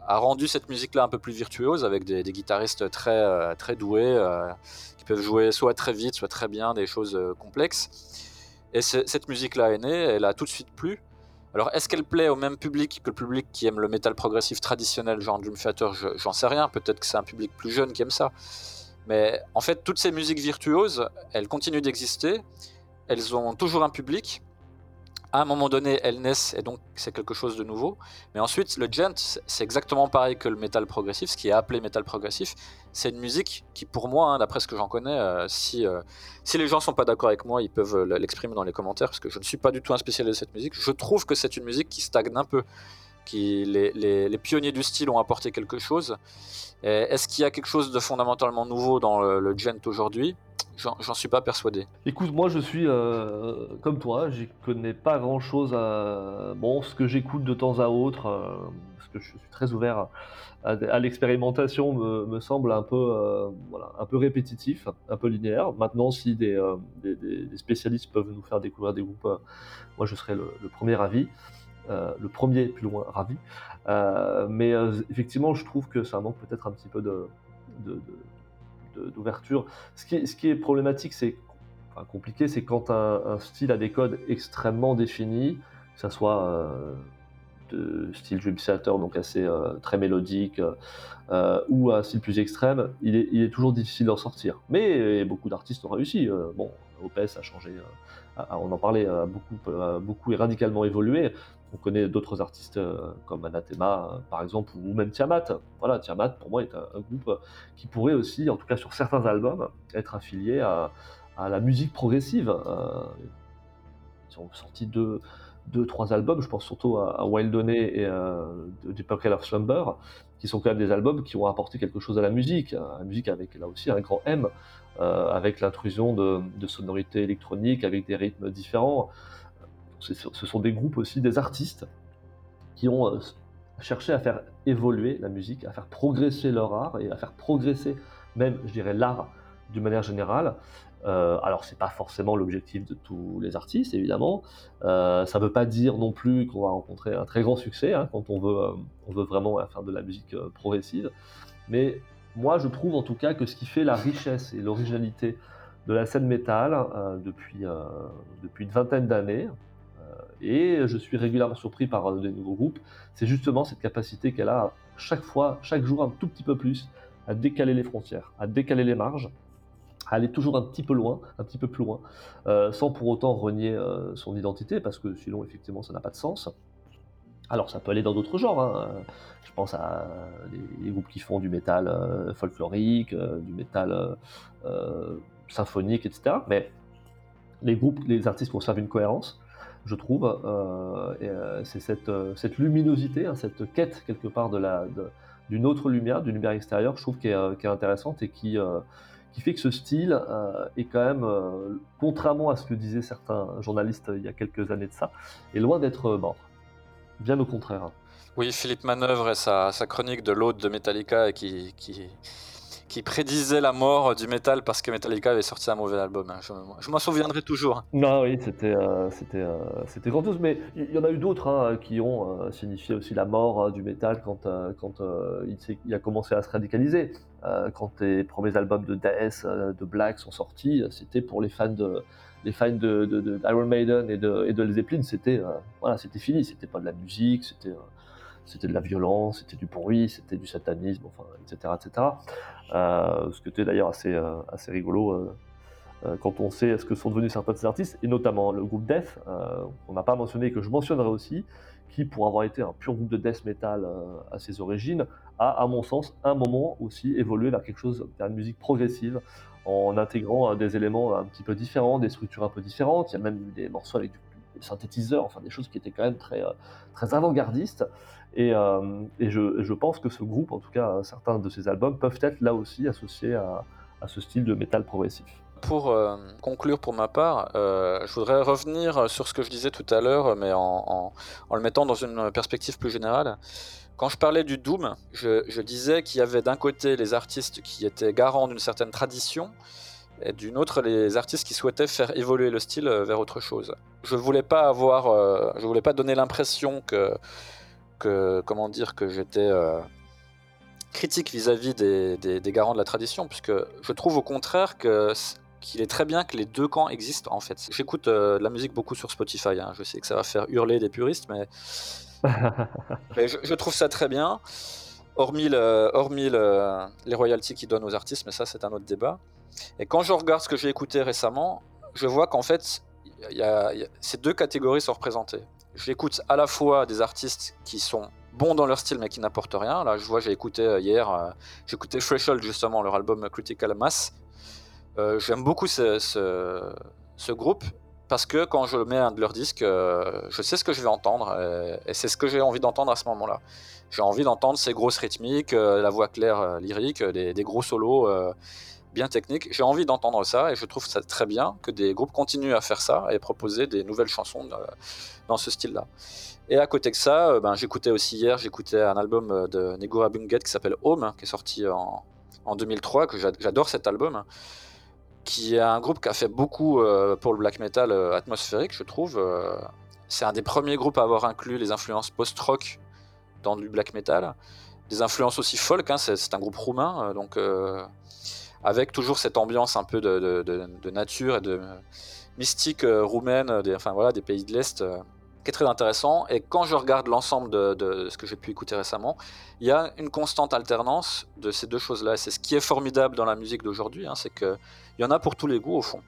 a rendu cette musique-là un peu plus virtuose, avec des, des guitaristes très, euh, très doués, euh, qui peuvent jouer soit très vite, soit très bien, des choses euh, complexes. Et cette musique-là est née, elle a tout de suite plu. Alors, est-ce qu'elle plaît au même public que le public qui aime le métal progressif traditionnel, genre Dream Theater? Je, J'en sais rien, peut-être que c'est un public plus jeune qui aime ça. Mais en fait, toutes ces musiques virtuoses, elles continuent d'exister, elles ont toujours un public. À un moment donné, elles naissent et donc c'est quelque chose de nouveau. Mais ensuite, le djent, c'est exactement pareil que le métal progressif, ce qui est appelé métal progressif. C'est une musique qui, pour moi, hein, d'après ce que j'en connais, euh, si, euh, si les gens sont pas d'accord avec moi, ils peuvent l'exprimer dans les commentaires, parce que je ne suis pas du tout un spécialiste de cette musique. Je trouve que c'est une musique qui stagne un peu, qui les, les, les pionniers du style ont apporté quelque chose. Et est-ce qu'il y a quelque chose de fondamentalement nouveau dans le, le djent aujourd'hui? J'en, j'en suis pas persuadé. Écoute, moi je suis euh, comme toi, j'y connais pas grand chose à. Bon, ce que j'écoute de temps à autre, euh, parce que je suis très ouvert à, à l'expérimentation, me, me semble un peu, euh, voilà, un peu répétitif, un peu linéaire. Maintenant, si des, euh, des, des- des spécialistes peuvent nous faire découvrir des groupes, euh, moi je serais le, le premier ravi. Euh, le premier, plus loin, ravi. Euh, mais euh, effectivement, je trouve que ça manque peut-être un petit peu de, de- de- de- d'ouverture. Ce qui est, ce qui est problématique, c'est enfin, compliqué, c'est quand un, un style a des codes extrêmement définis, que ça soit euh, de style Dream Theater, donc assez euh, très mélodique, euh, ou un style plus extrême, il est, il est toujours difficile d'en sortir. Mais beaucoup d'artistes ont réussi. Euh, bon, O P S a changé, euh, a- on en parlait, a beaucoup, a beaucoup et radicalement évolué. On connaît d'autres artistes euh, comme Anathema, euh, par exemple, ou même Tiamat. Voilà, Tiamat, pour moi, est un, un groupe qui pourrait aussi, en tout cas sur certains albums, être affilié à, à la musique progressive. Euh, ils ont sorti deux, deux, trois albums, je pense surtout à, à Wild Honey et euh, Deep Purple of Slumber, qui sont quand même des albums qui ont apporté quelque chose à la musique, à la musique avec là aussi un grand M, euh, avec l'intrusion de, de sonorités électroniques, avec des rythmes différents. C'est- ce sont des groupes aussi, des artistes qui ont euh, cherché à faire évoluer la musique, à faire progresser leur art et à faire progresser même, je dirais, l'art d'une manière générale. Euh, alors, c'est pas forcément l'objectif de tous les artistes, évidemment. Euh, ça veut pas dire non plus qu'on va rencontrer un très grand succès hein, quand on veut, euh, on veut vraiment euh, faire de la musique euh, progressive. Mais moi, je trouve en tout cas que ce qui fait la richesse et l'originalité de la scène métal euh, depuis, euh, depuis une vingtaine d'années, et je suis régulièrement surpris par euh, des nouveaux groupes, c'est justement cette capacité qu'elle a chaque fois, chaque jour un tout petit peu plus, à décaler les frontières, à décaler les marges, à aller toujours un petit peu loin, un petit peu plus loin, euh, sans pour autant renier euh, son identité, parce que sinon effectivement ça n'a pas de sens. Alors ça peut aller dans d'autres genres, hein. Je pense à les, les groupes qui font du métal euh, folklorique, euh, du métal euh, euh, symphonique, et cetera. Mais les groupes, les artistes conservent une cohérence, je trouve. Euh, et, euh, c'est cette, euh, cette luminosité, hein, cette quête quelque part de la, de- d'une autre lumière, d'une lumière extérieure, je trouve qui est, euh, qui est intéressante et qui, euh, qui fait que ce style euh, est quand même, euh, contrairement à ce que disaient certains journalistes euh, il y a quelques années de ça, est loin d'être euh, mort. Bien au contraire. Oui, Philippe Manœuvre et sa, sa chronique de l'hôte de Metallica qui, qui, qui prédisait la mort du métal parce que Metallica avait sorti un mauvais album. hein. Je, je m'en souviendrai toujours. Non, oui, c'était euh, c'était euh, c'était grandiose, mais il y, y en a eu d'autres hein, qui ont euh, signifié aussi la mort euh, du métal quand, euh, quand euh, il, s'est- il a commencé à se radicaliser. Euh, quand les premiers albums de Death, euh, de Black sont sortis, euh, c'était pour les fans de les fans de, de, de- d'Iron Maiden et de, et de Led Zeppelin, c'était euh, voilà, c'était fini, c'était pas de la musique, c'était euh, c'était de la violence, c'était du bruit, c'était du satanisme, enfin, et cetera, et cetera. Euh, ce qui était d'ailleurs assez euh, assez rigolo. Euh, euh, quand on sait ce que sont devenus certains de ces artistes, et notamment le groupe Death, euh, qu'on n'a pas mentionné et que je mentionnerai aussi, qui, pour avoir été un pur groupe de death metal euh, à ses origines, a, à mon sens, un moment aussi évolué vers quelque chose, vers une musique progressive, en intégrant euh, des éléments un petit peu différents, des structures un peu différentes. Il y a même eu des morceaux avec du, des synthétiseurs, enfin des choses qui étaient quand même très, euh, très avant-gardistes. Et, euh, et je, je pense que ce groupe, en tout cas certains de ces albums, peuvent être là aussi associés à, à ce style de métal progressif. Pour euh, conclure pour ma part, euh, je voudrais revenir sur ce que je disais tout à l'heure, mais en, en- en le mettant dans une perspective plus générale. Quand je parlais du Doom, je, je disais qu'il y avait d'un côté les artistes qui étaient garants d'une certaine tradition, et d'une autre les artistes qui souhaitaient faire évoluer le style vers autre chose. Je voulais pas avoir, euh, je voulais pas donner l'impression que que, comment dire, que j'étais euh, critique vis-à-vis des, des, des garants de la tradition, puisque je trouve au contraire que, qu'il est très bien que les deux camps existent en fait. J'écoute euh, de la musique beaucoup sur Spotify, hein. Je sais que ça va faire hurler des puristes, mais, mais je, je trouve ça très bien. Hormis, le, hormis le, les royalties qu'ils donnent aux artistes, mais ça c'est un autre débat. Et quand je regarde ce que j'ai écouté récemment, je vois qu'en fait, y a, y a, ces deux catégories sont représentées. J'écoute à la fois des artistes qui sont bons dans leur style mais qui n'apportent rien. Là, je vois, j'ai écouté hier, euh, j'ai écouté Threshold justement, leur album Critical Mass. Euh, j'aime beaucoup ce, ce, ce groupe parce que quand je mets un de leurs disques, euh, je sais ce que je vais entendre et, et c'est ce que j'ai envie d'entendre à ce moment-là. J'ai envie d'entendre ces grosses rythmiques, euh, la voix claire euh, lyrique, des, des gros solos euh, bien techniques. J'ai envie d'entendre ça et je trouve ça très bien que des groupes continuent à faire ça et proposer des nouvelles chansons euh, dans ce style-là. Et à côté de ça, euh, ben, j'écoutais aussi hier, j'écoutais un album de Negura Bunget qui s'appelle Home, qui est sorti en, en deux mille trois, que j'adore cet album, qui est un groupe qui a fait beaucoup euh, pour le black metal euh, atmosphérique, je trouve. Euh, c'est un des premiers groupes à avoir inclus les influences post-rock dans du black metal, des influences aussi folk, hein, c'est, c'est un groupe roumain, euh, donc euh, avec toujours cette ambiance un peu de, de, de, de nature et de euh, mystique euh, roumaine, des, enfin voilà, des pays de l'Est, euh, qui est très intéressant. Et quand je regarde l'ensemble de, de ce que j'ai pu écouter récemment, il y a une constante alternance de ces deux choses-là. Et c'est ce qui est formidable dans la musique d'aujourd'hui, hein, c'est qu'il y en a pour tous les goûts au fond.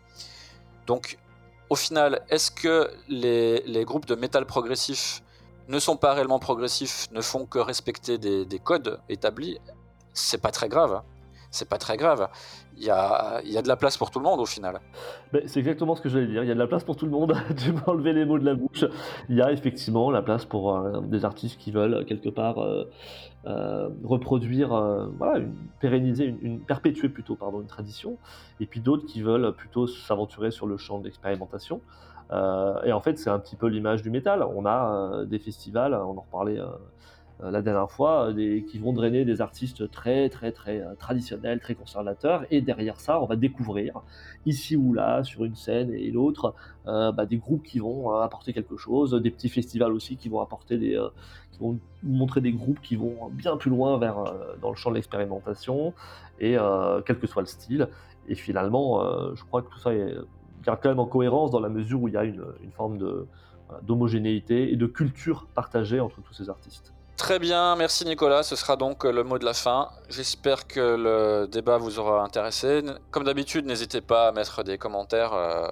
Donc au final, est-ce que les, les groupes de métal progressif ne sont pas réellement progressifs, ne font que respecter des, des codes établis? C'est pas très grave. Hein. C'est pas très grave. Il y a, il y a de la place pour tout le monde au final. Ben, c'est exactement ce que j'allais dire. Il y a de la place pour tout le monde. Tu m'as enlevé les mots de la bouche. Il y a effectivement la place pour euh, des artistes qui veulent quelque part euh, euh, reproduire, euh, voilà, une, pérenniser, une, une, perpétuer plutôt, pardon, une tradition. Et puis d'autres qui veulent plutôt s'aventurer sur le champ de l'expérimentation. Euh, et en fait, c'est un petit peu l'image du métal. On a euh, des festivals, on en reparlait euh, euh, la dernière fois, des, qui vont drainer des artistes très, très, très euh, traditionnels, très conservateurs. Et derrière ça, on va découvrir, ici ou là, sur une scène et l'autre, euh, bah, des groupes qui vont euh, apporter quelque chose, des petits festivals aussi qui vont apporter des, euh, qui vont montrer des groupes qui vont bien plus loin vers, euh, dans le champ de l'expérimentation, et euh, quel que soit le style. Et finalement, euh, je crois que tout ça est garde quand même en cohérence dans la mesure où il y a une, une forme de, voilà, d'homogénéité et de culture partagée entre tous ces artistes. Très bien, merci Nicolas, ce sera donc le mot de la fin. J'espère que le débat vous aura intéressé. Comme d'habitude, n'hésitez pas à mettre des commentaires euh,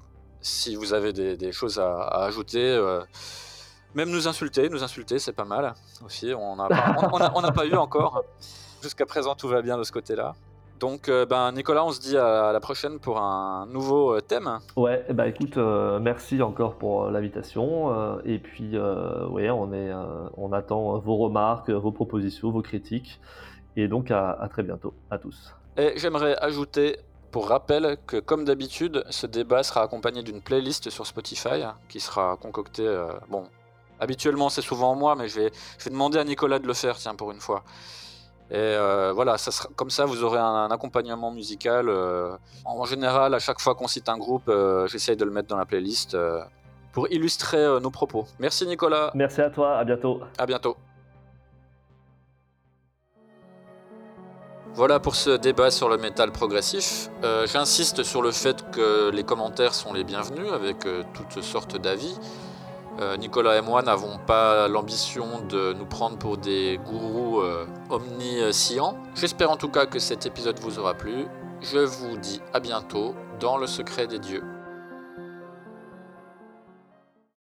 si vous avez des, des choses à, à ajouter. Euh, même nous insulter, nous insulter, c'est pas mal aussi. On n'a pas, on, on a, on a pas eu encore. Jusqu'à présent, tout va bien de ce côté-là. Donc, euh, ben, Nicolas, on se dit à la prochaine pour un nouveau thème. Ouais, bah écoute, euh, merci encore pour l'invitation. Euh, et puis, euh, ouais, on, est, euh, on attend vos remarques, vos propositions, vos critiques. Et donc, à, à très bientôt, à tous. Et j'aimerais ajouter, pour rappel, que comme d'habitude, ce débat sera accompagné d'une playlist sur Spotify qui sera concoctée. Euh, bon, habituellement, c'est souvent moi, mais je vais, je vais demander à Nicolas de le faire, tiens, pour une fois. Et euh, voilà, ça sera, comme ça vous aurez un, un accompagnement musical. Euh, en général, à chaque fois qu'on cite un groupe, euh, j'essaye de le mettre dans la playlist euh, pour illustrer euh, nos propos. Merci Nicolas. Merci à toi, à bientôt. À bientôt. Voilà pour ce débat sur le métal progressif. Euh, j'insiste sur le fait que les commentaires sont les bienvenus avec euh, toutes sortes d'avis. Euh, Nicolas et moi n'avons pas l'ambition de nous prendre pour des gourous euh, omniscients. J'espère en tout cas que cet épisode vous aura plu. Je vous dis à bientôt dans le secret des dieux.